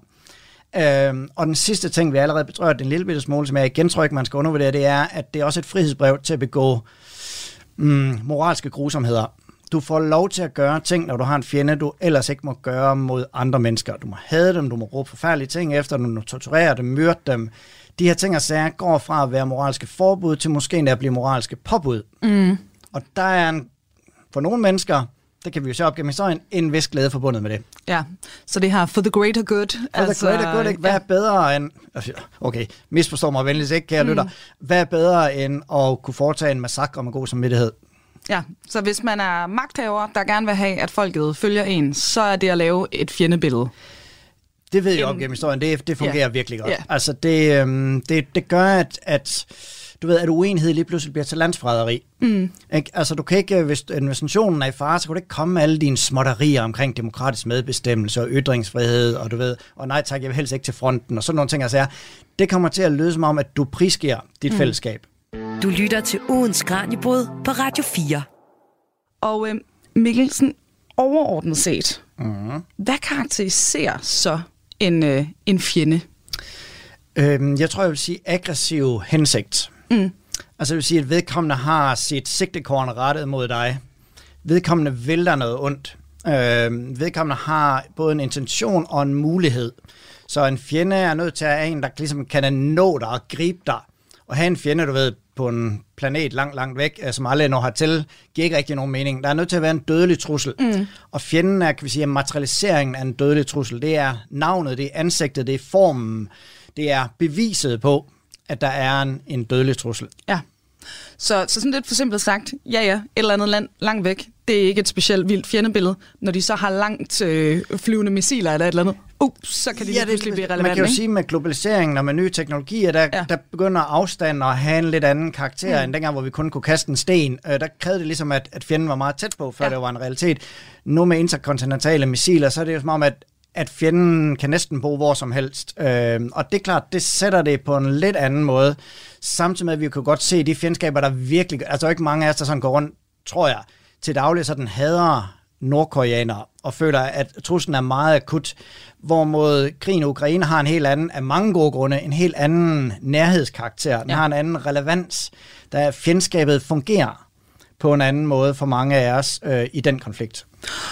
Og den sidste ting, vi allerede berørt en lille bitte smule, som jeg igen tror ikke, man skal undervurdere, det er, at det er også et frihedsbrev til at begå moralske grusomheder. Du får lov til at gøre ting, når du har en fjende, du ellers ikke må gøre mod andre mennesker. Du må hade dem, du må råbe forfærdelige ting efter dem, du må torturere dem, myrde dem. De her ting og sager går fra at være moralske forbud til måske endda at blive moralske påbud. Og der er for nogle mennesker, det kan vi jo se op gennem historien, en vis glæde forbundet med det. Ja, så det her for the greater good. For the greater good, ikke? Hvad er bedre end... Okay, misforstår mig venligst ikke, kære lytter. Hvad er bedre end at kunne foretage en massakre med god samvittighed? Ja, så hvis man er magthaver, der gerne vil have, at folket følger en, så er det at lave et fjendebillede. Det ved jeg op gennem historien. Det fungerer virkelig godt. Yeah. Altså, det gør, at du ved, at uenighed lige pludselig bliver til landsforræderi. Ikke? Altså, du kan ikke, hvis nationen er i fare, så kan du ikke komme med alle dine småtterier omkring demokratisk medbestemmelse og ytringsfrihed, og du ved, og nej tak, jeg vil helst ikke til fronten, og sådan nogle ting. Altså, det kommer til at lyde som om, at du prisgiver dit fællesskab. Du lytter til ugens Kraniebrud på Radio 4. Og Mikkelsen, overordnet set, hvad karakteriserer så en fjende? Jeg tror, jeg vil sige aggressiv hensigt. Altså jeg vil sige, at vedkommende har sit sigtekorn rettet mod dig. Vedkommende vil der noget ondt. Vedkommende har både en intention og en mulighed. Så en fjende er nødt til at have en, der ligesom kan nå dig og gribe dig. Og have en fjende, du ved, på en planet langt, langt væk, som aldrig når hertil, giver ikke rigtig nogen mening. Der er nødt til at være en dødelig trussel. Og fjenden er, kan vi sige, materialiseringen af en dødelig trussel. Det er navnet, det er ansigtet, det er formen, det er beviset på, at der er en dødelig trussel. Ja. Så sådan lidt for simpelt sagt, ja, et eller andet land langt væk, det er ikke et specielt vildt fjendebillede. Når de så har langt flyvende missiler eller et eller andet, så kan de lige pludselig blive relevant. Man kan jo sige, med globaliseringen og med nye teknologier, der begynder afstanden at have en lidt anden karakter, end dengang, hvor vi kun kunne kaste en sten. Der krævede det ligesom, at fjenden var meget tæt på, før det var en realitet. Nu med interkontinentale missiler, så er det jo som om, at fjenden kan næsten bo hvor som helst. Og det er klart, det sætter det på en lidt anden måde. Samtidig med, at vi kan godt se de fjendskaber, der virkelig... Altså ikke mange af os, der sådan går rundt, tror jeg, til daglig sådan hader nordkoreanere og føler, at truslen er meget akut. Hvorimod krigen i Ukraine har en helt anden, af mange gode grunde, en helt anden nærhedskarakter. Den har en anden relevans, da fjendskabet fungerer på en anden måde for mange af os i den konflikt.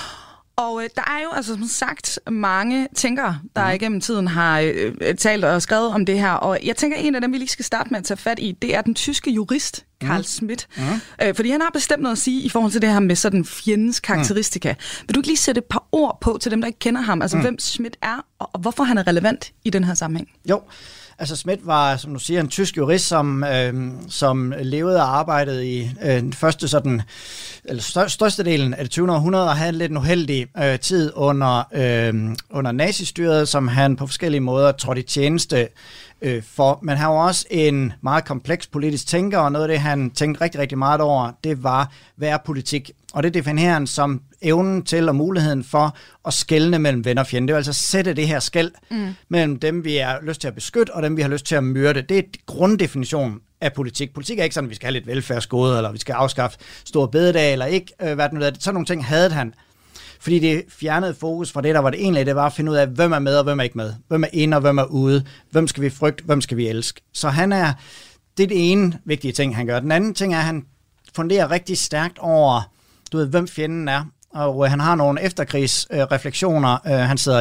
Og der er jo altså som sagt mange tænkere, der igennem tiden har talt og skrevet om det her. Og jeg tænker, en af dem, vi lige skal starte med at tage fat i, det er den tyske jurist Carl Schmitt. Fordi han har bestemt noget at sige i forhold til det her med sådan fjendens karakteristika. Vil du ikke lige sætte et par ord på til dem, der ikke kender ham? Altså hvem Schmitt er, og hvorfor han er relevant i den her sammenhæng? Jo, altså Schmitt var, som du siger, en tysk jurist, som levede og arbejdede i den første sådan, eller størstedelen af det 20. århundrede, og havde en lidt uheldig tid under nazistyret, som han på forskellige måder trådte i tjeneste for. Men han var også en meget kompleks politisk tænker, og noget af det, han tænkte rigtig, rigtig meget over, det var, hvad er politik? Og det definerer han som evnen til og muligheden for at skelne mellem ven og fjende. Det vil altså sætte det her skel mellem dem, vi har lyst til at beskytte, og dem, vi har lyst til at myrde. Det er et grunddefinition af politik. Politik er ikke sådan, at vi skal have lidt velfærdsgode, eller vi skal afskaffe store bededag, eller ikke. Sådan nogle ting havde han. Fordi det fjernede fokus fra det, der var det egentlige, det var at finde ud af, hvem er med og hvem er ikke med. Hvem er inde og hvem er ude. Hvem skal vi frygte, hvem skal vi elske. Så det er det ene vigtige ting, han gør. Den anden ting er, at han funderer rigtig stærkt over, hvem fjenden er. Og han har nogle efterkrigsrefleksioner. Han sidder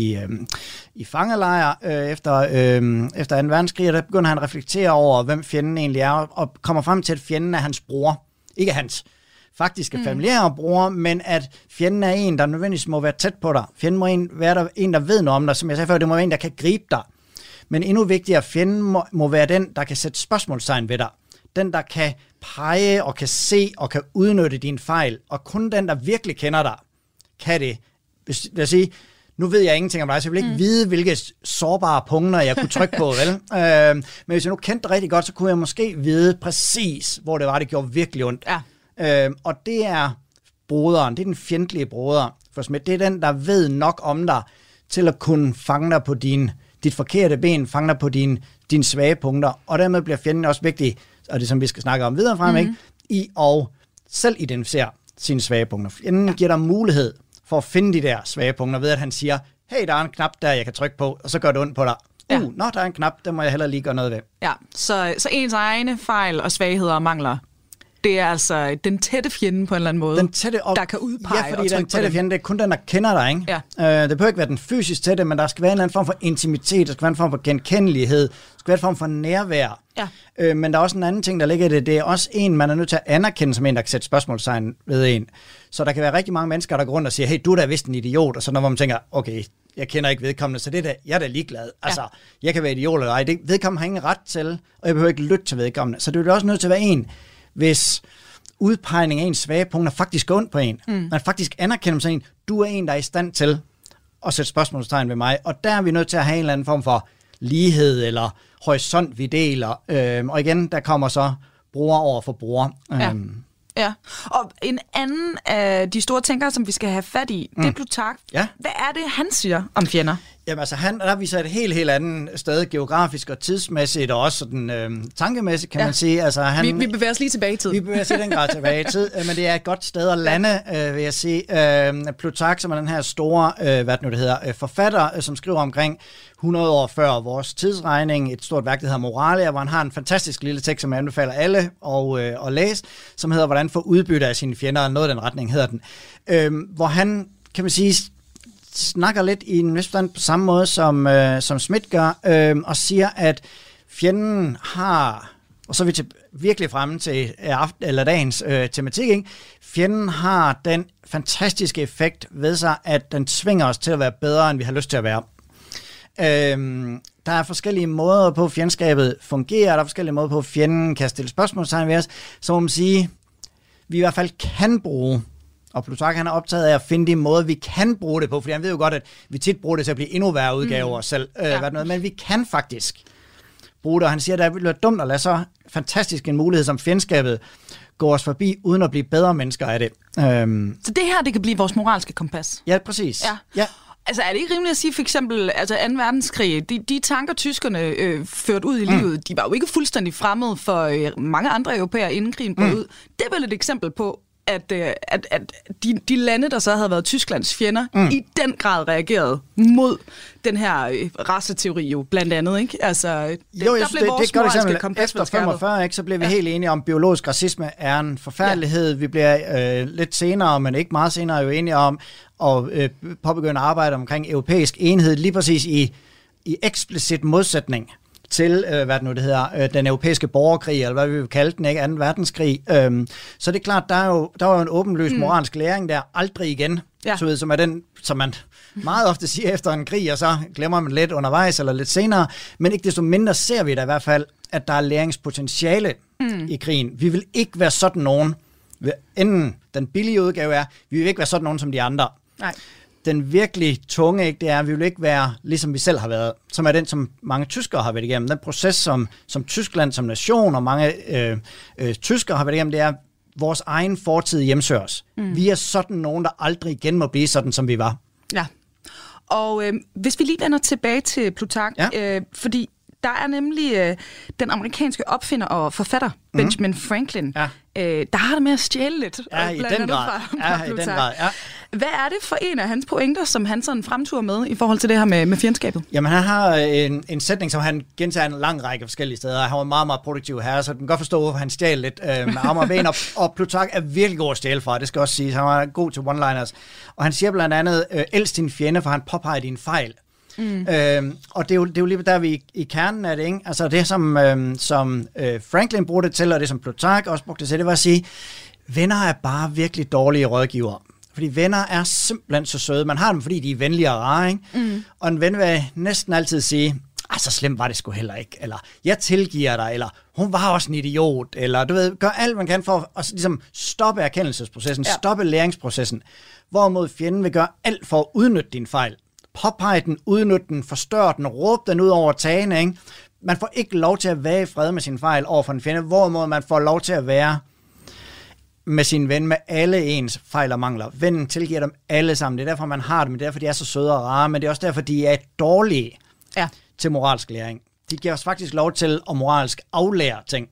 i fangelejr efter 2. verdenskrig, og der begynder han at reflektere over, hvem fjenden egentlig er, og kommer frem til, at fjenden er hans bror. Ikke hans faktiske familiære bror, men at fjenden er en, der nødvendigvis må være tæt på dig. Fjenden må være en, der ved noget om dig. Som jeg sagde før, det må være en, der kan gribe dig. Men endnu vigtigere, fjenden må være den, der kan sætte spørgsmålstegn ved dig. Den, der kan pege og kan se og kan udnytte dine fejl. Og kun den, der virkelig kender dig, kan det. Lad os sige, nu ved jeg ingenting om dig, så jeg vil ikke vide, hvilke sårbare punkter jeg kunne trykke på, vel? Men hvis jeg nu kendte det rigtig godt, så kunne jeg måske vide præcis, hvor det var, det gjorde virkelig ondt. Ja. Og det er broderen, det er den fjendtlige broder for Schmitt. Det er den, der ved nok om dig, til at kunne fange dig på dit forkerte ben, fange dig på dine svage punkter. Og dermed bliver fjenden også vigtig, og det som vi skal snakke om videre frem, ikke? I at selv identificere sine svage punkter. Fjenden giver dig mulighed for at finde de der svage punkter, ved at han siger, hey, der er en knap der, jeg kan trykke på, og så gør det ondt på dig. Nå, der er en knap, den må jeg heller lige gøre noget ved. Ja, så ens egne fejl og svagheder og mangler, det er altså den tætte fjende på en eller anden måde, der kan udpege. Ja, fordi den tætte fjende, det er kun den, der kender dig, ikke? Ja. Det behøver ikke være den fysisk tætte, men der skal være en eller anden form for intimitet, der skal være en form for genkendelighed, der skal være en form for nærvær. Ja. Men der er også en anden ting, der ligger i det. Det er også en, man er nødt til at anerkende som en, der kan sætte spørgsmålstegn ved en. Så der kan være rigtig mange mennesker, der går rundt og siger, hey, du er da vist en idiot, og så når man tænker, okay, jeg kender ikke vedkommende, så det der, jeg er da ligeglad. Altså, jeg kan være idiot eller ej. Vedkommende har ingen ret til, og jeg behøver ikke lytte til vedkommende. Så det er også nødt til at være en, hvis udpegning af ens svage punkter faktisk går ondt på en. Man faktisk anerkender som en, du er en, der er i stand til at sætte spørgsmålstegn ved mig, og der er vi nødt til at have en eller anden form for lighed eller horisont, vi deler. Og igen, der kommer så bruger over for bruger. Ja, og en anden af de store tænkere, som vi skal have fat i, det er Plutark. Ja. Hvad er det, han siger om fjender? Jamen altså, der viser et helt andet sted, geografisk og tidsmæssigt, og også sådan tankemæssigt, kan man sige. Altså, vi bevæger os lige tilbage i tid. Vi bevæger os i den grad tilbage i tid, men det er et godt sted at lande, vil jeg sige. Plutark, som er den her store, forfatter, som skriver omkring 100 år før vores tidsregning, et stort værk, der hedder Moralia, hvor han har en fantastisk lille tekst, som jeg anbefaler alle at læse, som hedder, hvordan få udbytte af sine fjender, noget af den retning hedder den. Hvor han, kan man sige, snakker lidt i en vis forstand på samme måde, som Schmidt gør, og siger, at fjenden har, og så er vi virkelig fremme til dagens tematik, ikke? Fjenden har den fantastiske effekt ved sig, at den tvinger os til at være bedre, end vi har lyst til at være. Der er forskellige måder på, fjendskabet fungerer, der er forskellige måder på, fjenden kan stille spørgsmålstegn ved os, så må man sige, vi i hvert fald kan bruge. Og Plutark, han er optaget af at finde de måder, vi kan bruge det på, fordi han ved jo godt, at vi tit bruger det til at blive endnu værre udgaver selv, men vi kan faktisk bruge det, og han siger, at det ville være dumt at lade så fantastisk en mulighed som fjendskabet gå os forbi, uden at blive bedre mennesker af det. Så det her, det kan blive vores moralske kompas? Ja, præcis. Ja. Altså, er det ikke rimeligt at sige, for eksempel, altså 2. verdenskrig, de tanker, tyskerne førte ud i livet, de var jo ikke fuldstændig fremmede for mange andre europæere, inden krigen brød ud. Det er vel et eksempel på, at de lande, der så havde været Tysklands fjender, i den grad reagerede mod den her raceteori jo, blandt andet, ikke? Altså, der blev vores moralske kompas efter 45, ikke, så blev vi helt enige om, biologisk racisme er en forfærdelighed. Vi bliver lidt senere, men ikke meget senere, jo enige om at påbegynde at arbejde omkring europæisk enhed, lige præcis i eksplicit modsætning til, den europæiske borgerkrig, eller hvad vi vil kalde den, ikke? 2. verdenskrig. Så det er klart, der var jo en åbenløs moralsk læring der, aldrig igen, som er den, som man meget ofte siger efter en krig, og så glemmer man lidt undervejs, eller lidt senere, men ikke desto mindre ser vi da i hvert fald, at der er læringspotentiale i krigen. Vi vil ikke være sådan nogen, enten den billige udgave er, vi vil ikke være sådan nogen som de andre. Nej. Den virkelig tunge, ikke, det er, at vi vil ikke være, ligesom vi selv har været, som er den, som mange tyskere har været igennem. Den proces, som Tyskland som nation og mange tyskere har været igennem, det er, vores egen fortid hjemsøger. Vi er sådan nogen, der aldrig igen må blive sådan, som vi var. Ja, og hvis vi lige vender tilbage til Plutark, fordi der er nemlig den amerikanske opfinder og forfatter, Benjamin Franklin, der har det med at stjæle lidt. Ja, i den grad. Hvad er det for en af hans pointer, som han sådan fremturer med i forhold til det her med fjendskabet? Jamen, han har en sætning, som han gentager en lang række forskellige steder. Han var meget, meget produktiv her, så den kan godt forstå, hvorfor han stjal lidt med arme og ben. Og Plutark er virkelig god at stjæle fra, det skal også siges. Han var god til one-liners. Og han siger blandt andet, elsk din fjende, for han påpeger din fejl. Og det er jo lige der, vi i kernen af det, ikke? Altså det, som Franklin brugte det til, og det, som Plutark også brugte det til, det var at sige, venner er bare virkelig dårlige rådgivere. Fordi venner er simpelthen så søde. Man har dem, fordi de er venlige og rare, ikke? Og en ven vil næsten altid sige, så slemt var det sgu heller ikke, eller jeg tilgiver dig, eller hun var også en idiot, eller du ved, gør alt, man kan for at ligesom stoppe erkendelsesprocessen, stoppe læringsprocessen. Hvorimod fjenden vil gøre alt for at udnytte din fejl. Påpege den, udnytte den, forstørre den, råbe den ud over tagene, ikke? Man får ikke lov til at være i fred med sin fejl over for en fjende, hvorimod man får lov til at være med sin ven med alle ens fejl og mangler. Vennen tilgiver dem alle sammen. Det er derfor, man har dem. Det er derfor, de er så søde og rare, men det er også derfor, de er dårlige til moralsk læring. De giver os faktisk lov til at moralsk aflære ting.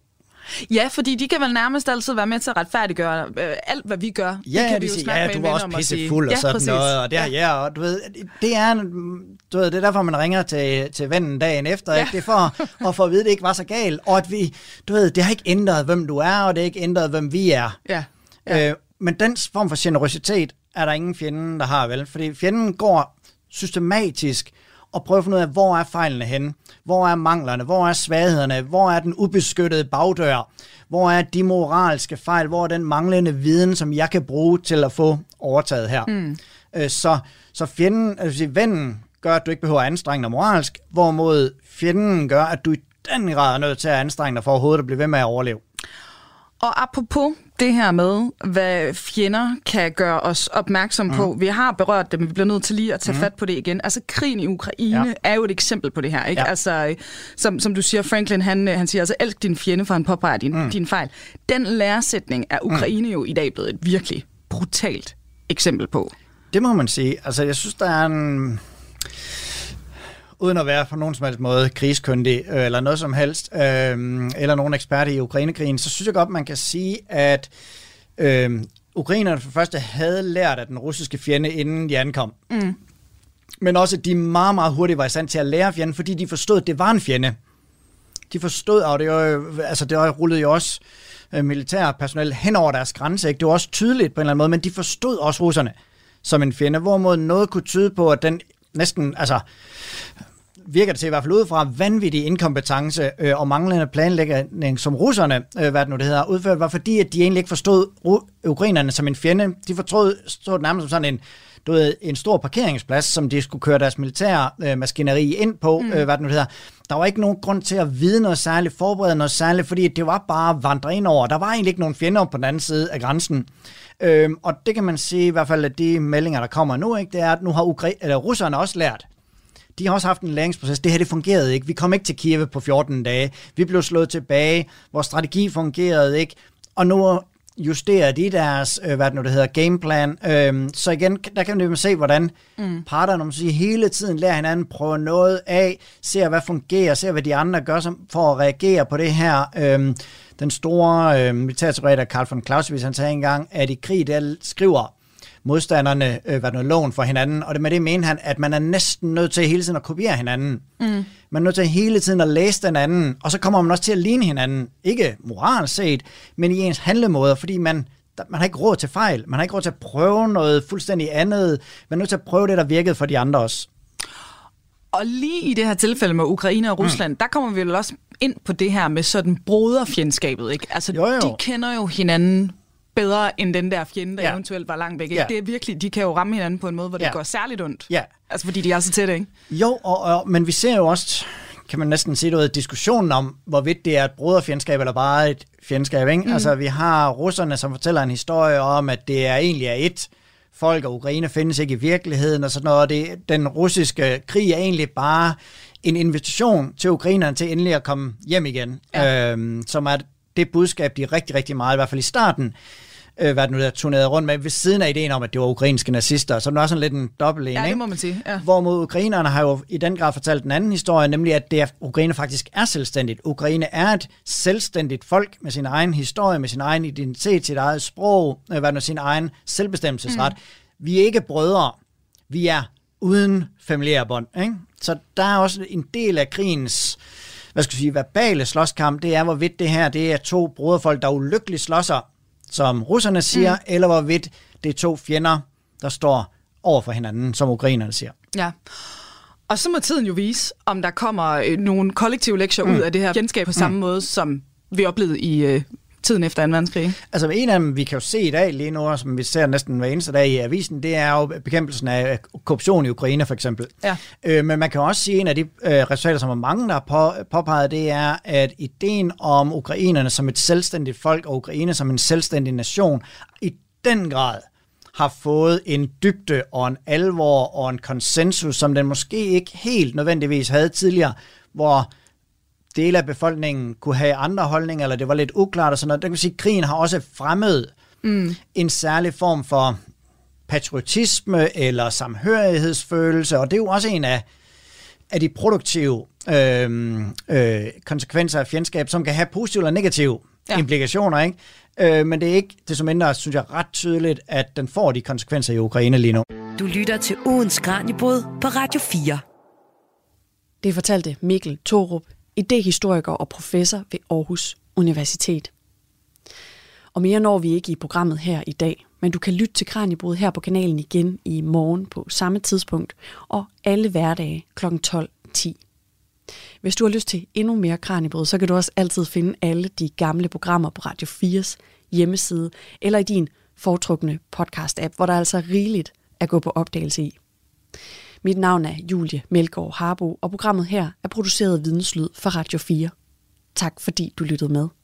Ja, fordi de kan vel nærmest altid være med til at retfærdiggøre alt, hvad vi gør. Ja, det kan de vi jo siger, snakke med du en var ven også om og sige. pissefuld og sådan noget, og det og du ved, det er derfor, man ringer til vennen dagen efter, ikke? Det er for at få at vide, at det ikke var så galt, og at vi, du ved, det har ikke ændret, hvem du er, og det har ikke ændret, hvem vi er. Ja. Men den form for generøsitet er der ingen fjende, der har, vel? Fordi fjenden går systematisk og prøver at finde ud af, hvor er fejlene henne? Hvor er manglerne? Hvor er svaghederne? Hvor er den ubeskyttede bagdør? Hvor er de moralske fejl? Hvor er den manglende viden, som jeg kan bruge til at få overtaget her? Så fjenden, altså vennen, gør, at du ikke behøver at anstrenge dig moralsk, hvorimod fjenden gør, at du i den grad er nødt til at anstrenge dig for overhovedet at blive ved med at overleve. Og apropos det her med, hvad fjender kan gøre os opmærksom på. Vi har berørt det, men vi bliver nødt til lige at tage fat på det igen. Altså, krigen i Ukraine er jo et eksempel på det her, ikke? Ja. Altså, som du siger, Franklin, han siger, altså, elsk din fjende, for han påpeger din fejl. Den læresætning er Ukraine jo i dag blevet et virkelig brutalt eksempel på. Det må man sige. Altså, jeg synes, der er en... uden at være på nogen som helst måde krigskyndig eller noget som helst, eller nogen ekspert i Ukrainekrigen, så synes jeg godt, man kan sige, at ukrainerne for det første havde lært af den russiske fjende, inden de ankom. Men også, at de meget, meget hurtigt var i stand til at lære fjenden, fordi de forstod, at det var en fjende. De forstod, og det rullede jo også militærpersonel hen over deres grænse. Ikke? Det var også tydeligt på en eller anden måde, men de forstod også russerne som en fjende, hvorimod noget kunne tyde på, at den næsten, altså virker det til i hvert fald ud fra vanvittig inkompetence og manglende planlægning, som russerne, udført, var fordi, at de egentlig ikke forstod ukrainerne som en fjende. De forstod nærmest som sådan en stor parkeringsplads, som de skulle køre deres militære maskineri ind på. Der var ikke nogen grund til at vide noget særligt, forberede noget særligt, fordi det var bare at vandre ind over. Der var egentlig ikke nogen fjender på den anden side af grænsen. Og det kan man sige i hvert fald, at de meldinger, der kommer nu, ikke, det er, at nu har russerne også lært. De har også haft en læringsproces. Det her, det fungerede ikke. Vi kom ikke til Kiev på 14 dage. Vi blev slået tilbage. Vores strategi fungerede ikke. Og nu justerer de deres, gameplan. Så igen, der kan vi se, hvordan parterne, hele tiden lærer hinanden, prøver noget af, ser hvad fungerer, ser hvad de andre gør for at reagere på det her. Den store militærteoretiker Karl von Clausewitz, han sagde engang, at i krig, der skriver modstanderne loven for hinanden, og med det mener han, at man er næsten nødt til hele tiden at kopiere hinanden. Man er nødt til hele tiden at læse den anden, og så kommer man også til at ligne hinanden, ikke moralsk set, men i ens handlemåder, fordi man har ikke råd til fejl, man har ikke råd til at prøve noget fuldstændig andet, man er nødt til at prøve det, der virkede for de andre også. Og lige i det her tilfælde med Ukraine og Rusland, der kommer vi vel også ind på det her med sådan broderfjendskabet, ikke? Altså, de kender jo hinanden bedre end den der fjende, der eventuelt var langt væk. Ja. Det er virkelig, de kan jo ramme hinanden på en måde, hvor det går særligt ondt. Ja. Altså, fordi de er så tætte, ikke? Jo, men vi ser jo også, kan man næsten sige, diskussionen om, hvorvidt det er et broderfjendskab eller bare et fjendskab, ikke? Altså, vi har russerne, som fortæller en historie om, at det egentlig er et folk, og Ukraine findes ikke i virkeligheden, og sådan noget. Den russiske krig er egentlig bare en invitation til ukrainerne til endelig at komme hjem igen, som er det budskab, de rigtig, rigtig meget, i hvert fald i starten, turnerede rundt med, ved siden af ideen om, at det var ukrainske nazister. Så det var sådan lidt en dobbelt en, ikke? Ja, det må man sige. Ja. Hvorimod ukrainerne har jo i den grad fortalt den anden historie, nemlig at Ukraine faktisk er selvstændigt. Ukraine er et selvstændigt folk med sin egen historie, med sin egen identitet, sit eget sprog, sin egen selvbestemmelsesret. Vi er ikke brødre. Vi er uden familiære bånd, ikke? Så der er også en del af krigens verbale slåskamp, det er, hvorvidt det her det er to broderfolk, der ulykkeligt slåsser, som russerne siger, eller hvorvidt det er to fjender, der står over for hinanden, som ukrainerne siger. Ja. Og så må tiden jo vise, om der kommer nogle kollektive lektier ud af det her fjendskab på samme måde, som vi oplevede i tiden efter 2. verdenskrig. Altså en af dem, vi kan jo se i dag lige nu, som vi ser næsten hver eneste dag i avisen, det er jo bekæmpelsen af korruption i Ukraine for eksempel. Ja. Men man kan også sige, at en af de resultater, som mange der har påpeget, det er, at ideen om ukrainerne som et selvstændigt folk, og Ukraine som en selvstændig nation, i den grad har fået en dybde og en alvor og en konsensus, som den måske ikke helt nødvendigvis havde tidligere, hvor dele af befolkningen kunne have andre holdninger, eller det var lidt uklart og sådan noget. Der kan sige, at krigen har også fremmet en særlig form for patriotisme eller samhørighedsfølelse, og det er jo også en af de produktive konsekvenser af fjendskab, som kan have positive eller negative implikationer, ikke? Men det er ikke, det som mindre, synes jeg, ret tydeligt, at den får de konsekvenser i Ukraine lige nu. Du lytter til ugens Kraniebrud på Radio 4. Det fortalte Mikkel Thorup, idehistoriker og professor ved Aarhus Universitet. Og mere når vi ikke i programmet her i dag, men du kan lytte til Kraniebrud her på kanalen igen i morgen på samme tidspunkt og alle hverdage kl. 12:10. Hvis du har lyst til endnu mere Kraniebrud, så kan du også altid finde alle de gamle programmer på Radio 4's hjemmeside eller i din foretrukne podcast-app, hvor der altså er rigeligt at gå på opdagelse i. Mit navn er Julie Melgaard Harbo, og programmet her er produceret af Videnslyd for Radio 4. Tak fordi du lyttede med.